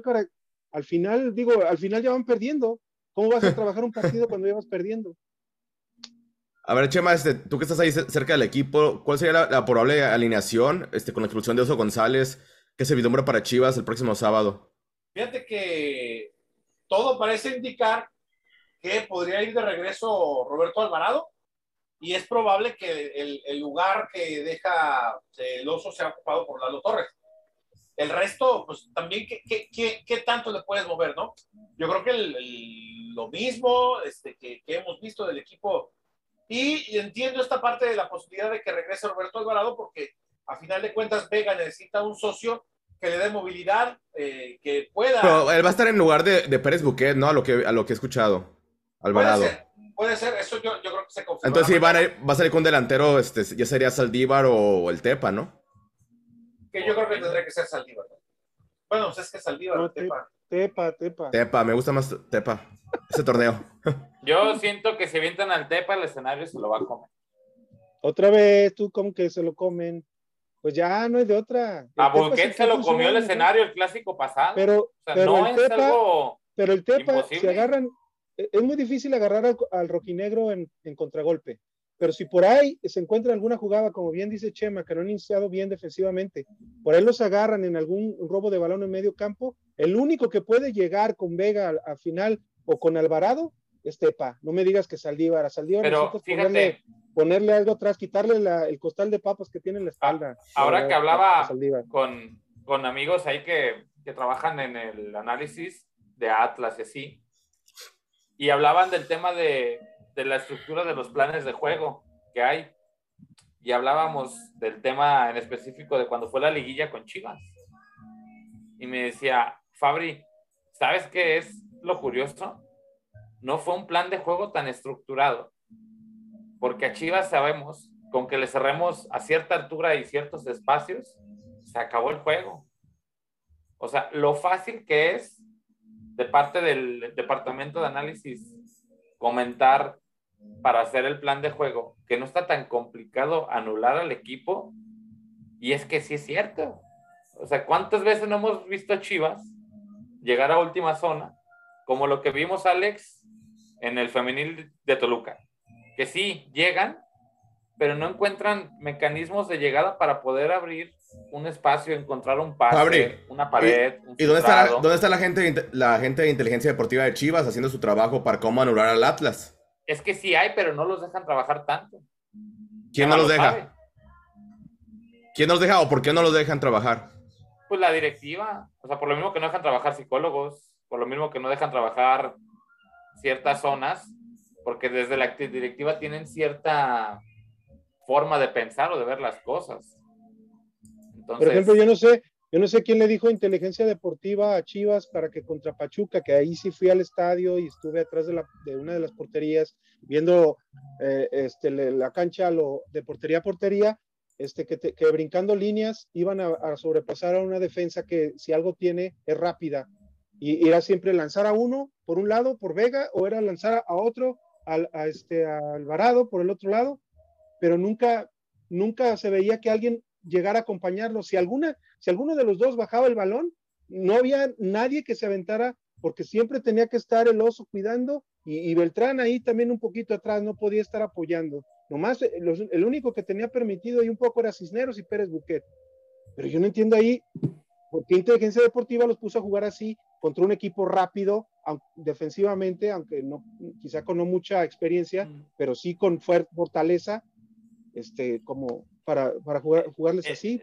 ya van perdiendo. ¿Cómo vas a trabajar un partido cuando ya vas perdiendo? A ver, Chema, tú que estás ahí cerca del equipo, ¿cuál sería la probable alineación con la expulsión de Oso González que se vislumbra para Chivas el próximo sábado? Fíjate que todo parece indicar que podría ir de regreso Roberto Alvarado, y es probable que el lugar que deja el Oso sea ocupado por Lalo Torres. El resto, pues también, ¿qué tanto le puedes mover, no? Yo creo que lo mismo que hemos visto del equipo, y entiendo esta parte de la posibilidad de que regrese Roberto Alvarado, porque a final de cuentas Vega necesita un socio que le dé movilidad, que pueda... Pero él va a estar en lugar de Pérez Buquet, ¿no? A lo que he escuchado. Alvarado. Puede ser, eso yo creo que se confirma. Entonces sí, va a salir con un delantero, ya sería Saldívar o el Tepa, ¿no? Que yo creo que tendría que ser Saldívar. Bueno, pues es que Saldívar, No, Tepa. Tepa, me gusta más Tepa. Ese torneo. Yo siento que si avientan al Tepa, el escenario se lo va a comer. Otra vez, tú como que se lo comen. Pues ya no hay de otra. A Busquets se lo comió el escenario el clásico pasado. Pero el Tepa, imposible. si agarran, es muy difícil agarrar al rojinegro en contragolpe. Pero si por ahí se encuentra alguna jugada, como bien dice Chema, que no han iniciado bien defensivamente, por ahí los agarran en algún robo de balón en medio campo, el único que puede llegar con Vega al final o con Alvarado es Tepa. No me digas que Saldívar. A Saldívar pero fíjate, ponerle algo atrás, quitarle el costal de papas que tiene en la espalda. Ahora que hablaba con amigos ahí que trabajan en el análisis de Atlas y así, y hablaban del tema de la estructura de los planes de juego que hay, y hablábamos del tema en específico de cuando fue la liguilla con Chivas, y me decía, Fabri, ¿sabes qué es lo curioso? No fue un plan de juego tan estructurado, porque a Chivas sabemos, con que le cerremos a cierta altura y ciertos espacios, se acabó el juego. O sea, lo fácil que es de parte del departamento de análisis comentar para hacer el plan de juego, que no está tan complicado anular al equipo, y es que sí es cierto. O sea, ¿cuántas veces no hemos visto a Chivas llegar a última zona, como lo que vimos, Alex, en el femenil de Toluca? Que sí, llegan, pero no encuentran mecanismos de llegada para poder abrir un espacio, encontrar un pase, Fabri, una pared, un ¿y dónde está la gente de inteligencia deportiva de Chivas haciendo su trabajo para cómo anular al Atlas? Es que sí hay, pero no los dejan trabajar tanto. ¿Quién no los deja? ¿Quién no los deja o por qué no los dejan trabajar? Pues la directiva. O sea, por lo mismo que no dejan trabajar psicólogos, por lo mismo que no dejan trabajar ciertas zonas, porque desde la directiva tienen cierta forma de pensar o de ver las cosas. Entonces, por ejemplo, yo no sé quién le dijo inteligencia deportiva a Chivas para que contra Pachuca, que ahí sí fui al estadio y estuve atrás de una de las porterías viendo la cancha de portería a portería, que brincando líneas iban a sobrepasar a una defensa que si algo tiene es rápida, y era siempre lanzar a uno por un lado por Vega, o era lanzar a otro a Alvarado por el otro lado, pero nunca se veía que alguien llegara a acompañarlo. Si alguno de los dos bajaba el balón, no había nadie que se aventara, porque siempre tenía que estar el Oso cuidando, y Beltrán ahí también un poquito atrás, no podía estar apoyando. Nomás el único que tenía permitido y un poco era Cisneros y Pérez Buquet. Pero yo no entiendo ahí por qué inteligencia deportiva los puso a jugar así contra un equipo rápido, defensivamente, aunque no, quizá con no mucha experiencia, pero sí con fortaleza, como para jugarles así.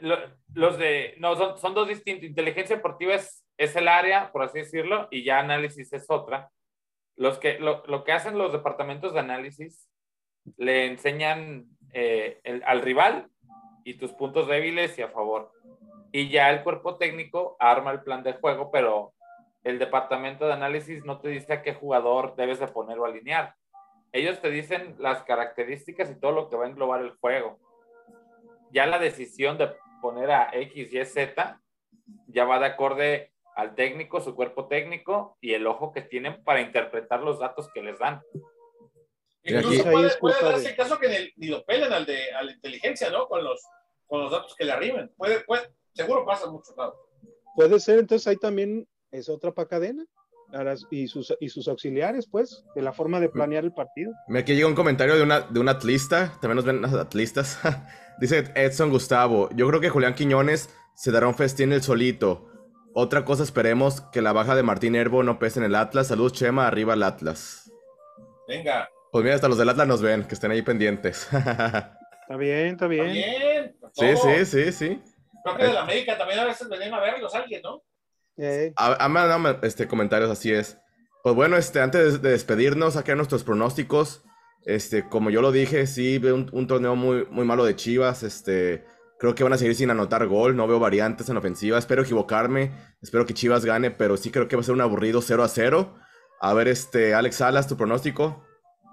Son dos distintos. Inteligencia deportiva es el área, por así decirlo, y ya análisis es otra. Lo que hacen los departamentos de análisis, le enseñan al rival y tus puntos débiles y a favor. Y ya el cuerpo técnico arma el plan de juego, pero el departamento de análisis no te dice a qué jugador debes de poner o alinear. Ellos te dicen las características y todo lo que va a englobar el juego. ya la decisión de poner a X, Y, Z ya va de acorde al técnico, su cuerpo técnico y el ojo que tienen para interpretar los datos que les dan. Incluso ahí es puede culpa darse de- el caso que ni lo pelen a la inteligencia, ¿no? Con los datos que le arriben. Seguro pasa en muchos lados. Puede ser, entonces ahí también es otra cadena y sus auxiliares, pues, de la forma de planear el partido. Mira, aquí llega un comentario de un atlista, también nos ven los atlistas. Dice Edson Gustavo, yo creo que Julián Quiñones se dará un festín el solito. Otra cosa, esperemos que la baja de Martín Herbo no pese en el Atlas. Saludos, Chema, arriba el Atlas. Venga. Pues mira, hasta los del Atlas nos ven, que estén ahí pendientes. Está bien, está bien. Bien. Sí, todo. sí. Creo que de la América también a veces venían a verlos alguien, ¿no? Comentarios, así es. Pues bueno, antes de despedirnos, acá nuestros pronósticos. Como yo lo dije, sí veo un torneo muy, muy malo de Chivas. Creo que van a seguir sin anotar gol. No veo variantes en ofensiva. Espero equivocarme. Espero que Chivas gane, pero sí creo que va a ser un aburrido 0-0. A ver, Alex Salas, tu pronóstico.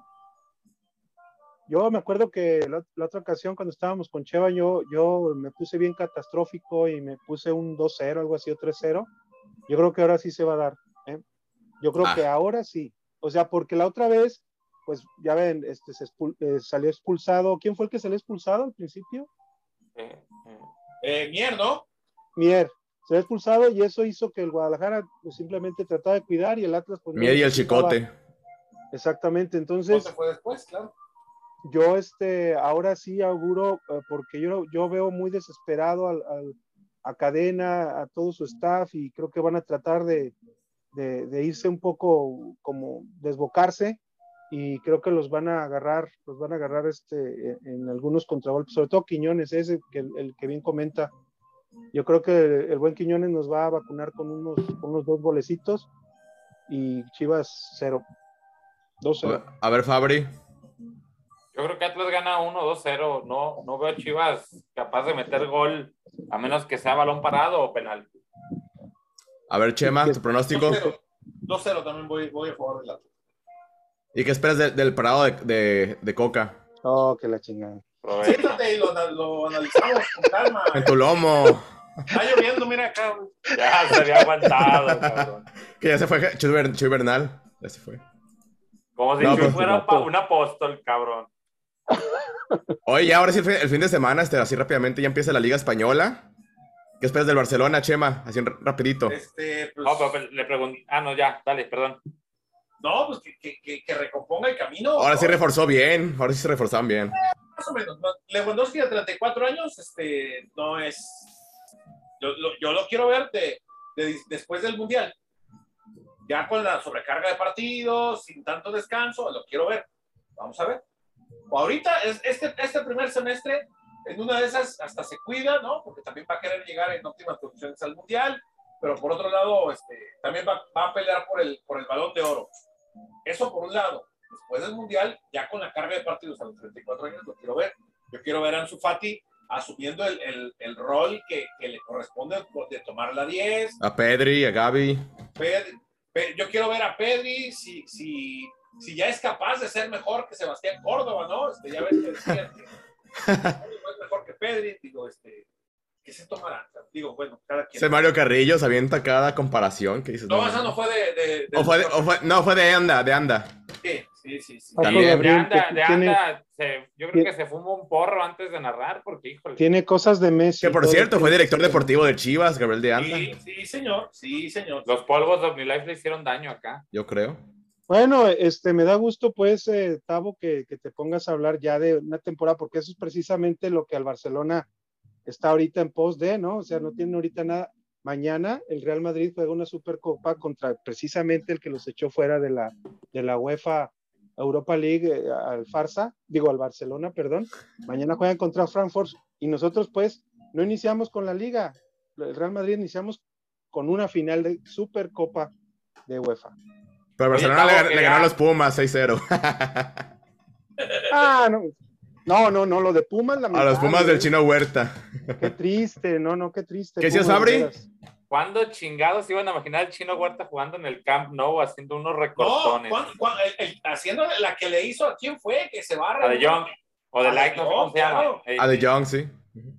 Yo me acuerdo que la otra ocasión cuando estábamos con Cheva, yo me puse bien catastrófico y me puse un 2-0, algo así, o 3-0. Yo creo que ahora sí se va a dar. Yo creo que ahora sí. O sea, porque la otra vez, pues ya ven, salió expulsado. ¿Quién fue el que salió expulsado al principio? Mier, ¿no? Mier. Salió expulsado y eso hizo que el Guadalajara pues, simplemente trataba de cuidar y el Atlas pues, Mier y el Chicote. Exactamente, entonces ¿Dónde fue después? Claro. yo ahora sí auguro, porque yo veo muy desesperado a Cadena, a todo su staff, y creo que van a tratar de irse un poco como desbocarse, y creo que los van a agarrar en algunos contragolpes, sobre todo Quiñones, ese que el que bien comenta. Yo creo que el buen Quiñones nos va a vacunar con unos 2 golecitos, y Chivas 0. 2-0. A ver, Fabri. Yo creo que Atlas gana 1-2-0. No veo a Chivas capaz de meter gol, a menos que sea balón parado o penal. A ver, Chema, tu pronóstico. 2-0 también voy a favor del Atlas. ¿Y qué esperas del parado de Coca? Oh, que la chingada. Siéntate y lo analizamos con calma. En tu lomo. Está lloviendo, mira acá. Ya se había aguantado, cabrón. Que ya se fue Chuy Bernal. Ya se fue. Como si No, fuera un apóstol, cabrón. Oye, ya ahora sí el fin de semana, así rápidamente, ya empieza la Liga Española. ¿Qué esperas del Barcelona, Chema? Así rapidito. Pues, No, pero le pregunté. No, ya, dale, perdón. No, pues que recomponga el camino. Ahora ¿no? sí reforzó bien. Ahora sí se reforzaron bien. Más o menos. Lewandowski de 34 años, no es. Yo lo quiero ver después del Mundial. Ya con la sobrecarga de partidos, sin tanto descanso, lo quiero ver. Vamos a ver. Ahorita, este primer semestre, en una de esas hasta se cuida, ¿no? Porque también va a querer llegar en óptimas condiciones al Mundial, pero por otro lado, también va a pelear por el Balón de Oro. Eso por un lado. Después del Mundial, ya con la carga de partidos a los 34 años, lo quiero ver. Yo quiero ver a Ansu Fati asumiendo el rol que le corresponde de tomar la 10. A Pedri, a Gavi. Yo quiero ver a Pedri si ya es capaz de ser mejor que Sebastián Córdoba, ¿no? Ya ves que decían que es mejor que Pedri. Digo, ¿qué se tomará? Digo, bueno, cada quien. Ese Mario Carrillo se avienta cada comparación que dices. No, esa no fue fue de Anda. Sí. También. De Anda, yo creo que se fumó un porro antes de narrar, porque, híjole. Tiene cosas de Messi. Que por cierto, fue director deportivo de Chivas, Gabriel de Anda. Sí, señor. Los polvos de OmniLife le hicieron daño acá. Yo creo. Bueno, me da gusto, pues, Tavo, que te pongas a hablar ya de una temporada, porque eso es precisamente lo que al Barcelona está ahorita en pos de, ¿no? O sea, no tiene ahorita nada. Mañana el Real Madrid juega una Supercopa contra precisamente el que los echó fuera de la UEFA Europa League, al Barcelona, perdón. Mañana juegan contra Frankfurt y nosotros, pues, no iniciamos con la Liga. El Real Madrid iniciamos con una final de Supercopa de UEFA. Pero Barcelona le ganó a los Pumas 6-0. No, lo de Pumas. A los Pumas del Chino Huerta. Qué triste, qué triste. ¿Qué decías, Fabri? ¿Cuándo chingados iban a imaginar al Chino Huerta jugando en el Camp Nou haciendo unos recortones? No, haciendo la que le hizo, ¿a quién fue? Que se barra. A De Jong. O de Like, no sé cómo se llama. A De Jong, sí.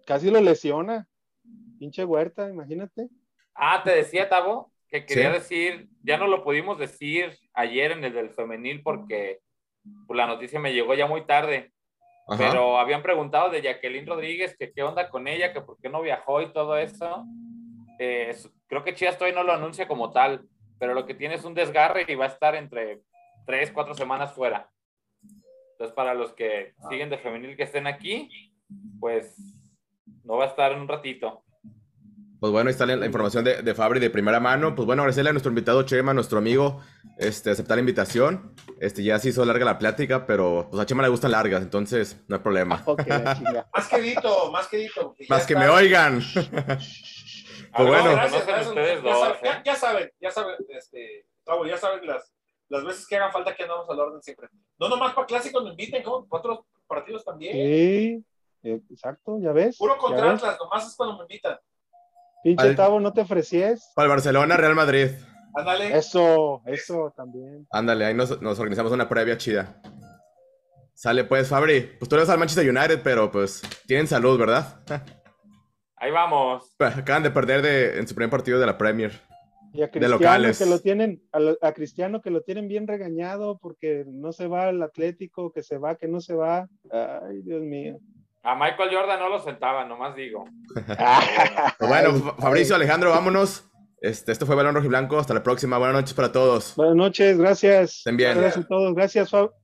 casi lo lesiona. Pinche Huerta, imagínate. Te decía, Tavo, que quería Sí. decir, ya no lo pudimos decir ayer en el del femenil porque pues, la noticia me llegó ya muy tarde, Ajá. pero habían preguntado de Jacqueline Rodríguez que qué onda con ella, que por qué no viajó y todo eso. Creo que Chivas todavía no lo anuncia como tal, pero lo que tiene es un desgarre y va a estar entre 3-4 semanas fuera. Entonces, para los que siguen de femenil que estén aquí, pues no va a estar en un ratito. Pues bueno, ahí está la información de Fabri de primera mano. Pues bueno, agradecerle a nuestro invitado Chema, nuestro amigo, aceptar la invitación. Ya se hizo larga la plática, pero pues a Chema le gustan largas, entonces no hay problema. Ok, la chinga. Más quedito. Más que me oigan. A ver, bueno. ¿cómo Gracias, conocen ustedes ya dos, saben, eh? ya saben, Tavo, ya saben las veces que hagan falta que andamos al orden siempre. No nomás para clásicos nos inviten, como para otros partidos también. Sí, exacto, ya ves. Puro ya contra ves. Atlas, nomás es cuando me invitan. Pinche Tavo, no te ofrecies. Para el Barcelona, Real Madrid. Ándale. Eso también. Ándale, ahí nos organizamos una previa chida. Sale pues, Fabri. Pues tú eres al Manchester United, pero pues tienen salud, ¿verdad? Ahí vamos. Acaban de perder en su primer partido de la Premier. Y a De Cristiano locales. que lo tienen, a Cristiano que lo tienen bien regañado porque no se va al Atlético, que se va, que no se va. Ay, Dios mío. A Michael Jordan no lo sentaban, nomás digo. Pues bueno, Ay, Fabricio, Alejandro, vámonos. Esto fue Balón Rojo y Blanco. Hasta la próxima. Buenas noches para todos. Buenas noches, gracias. Estén bien. Gracias a todos. Gracias,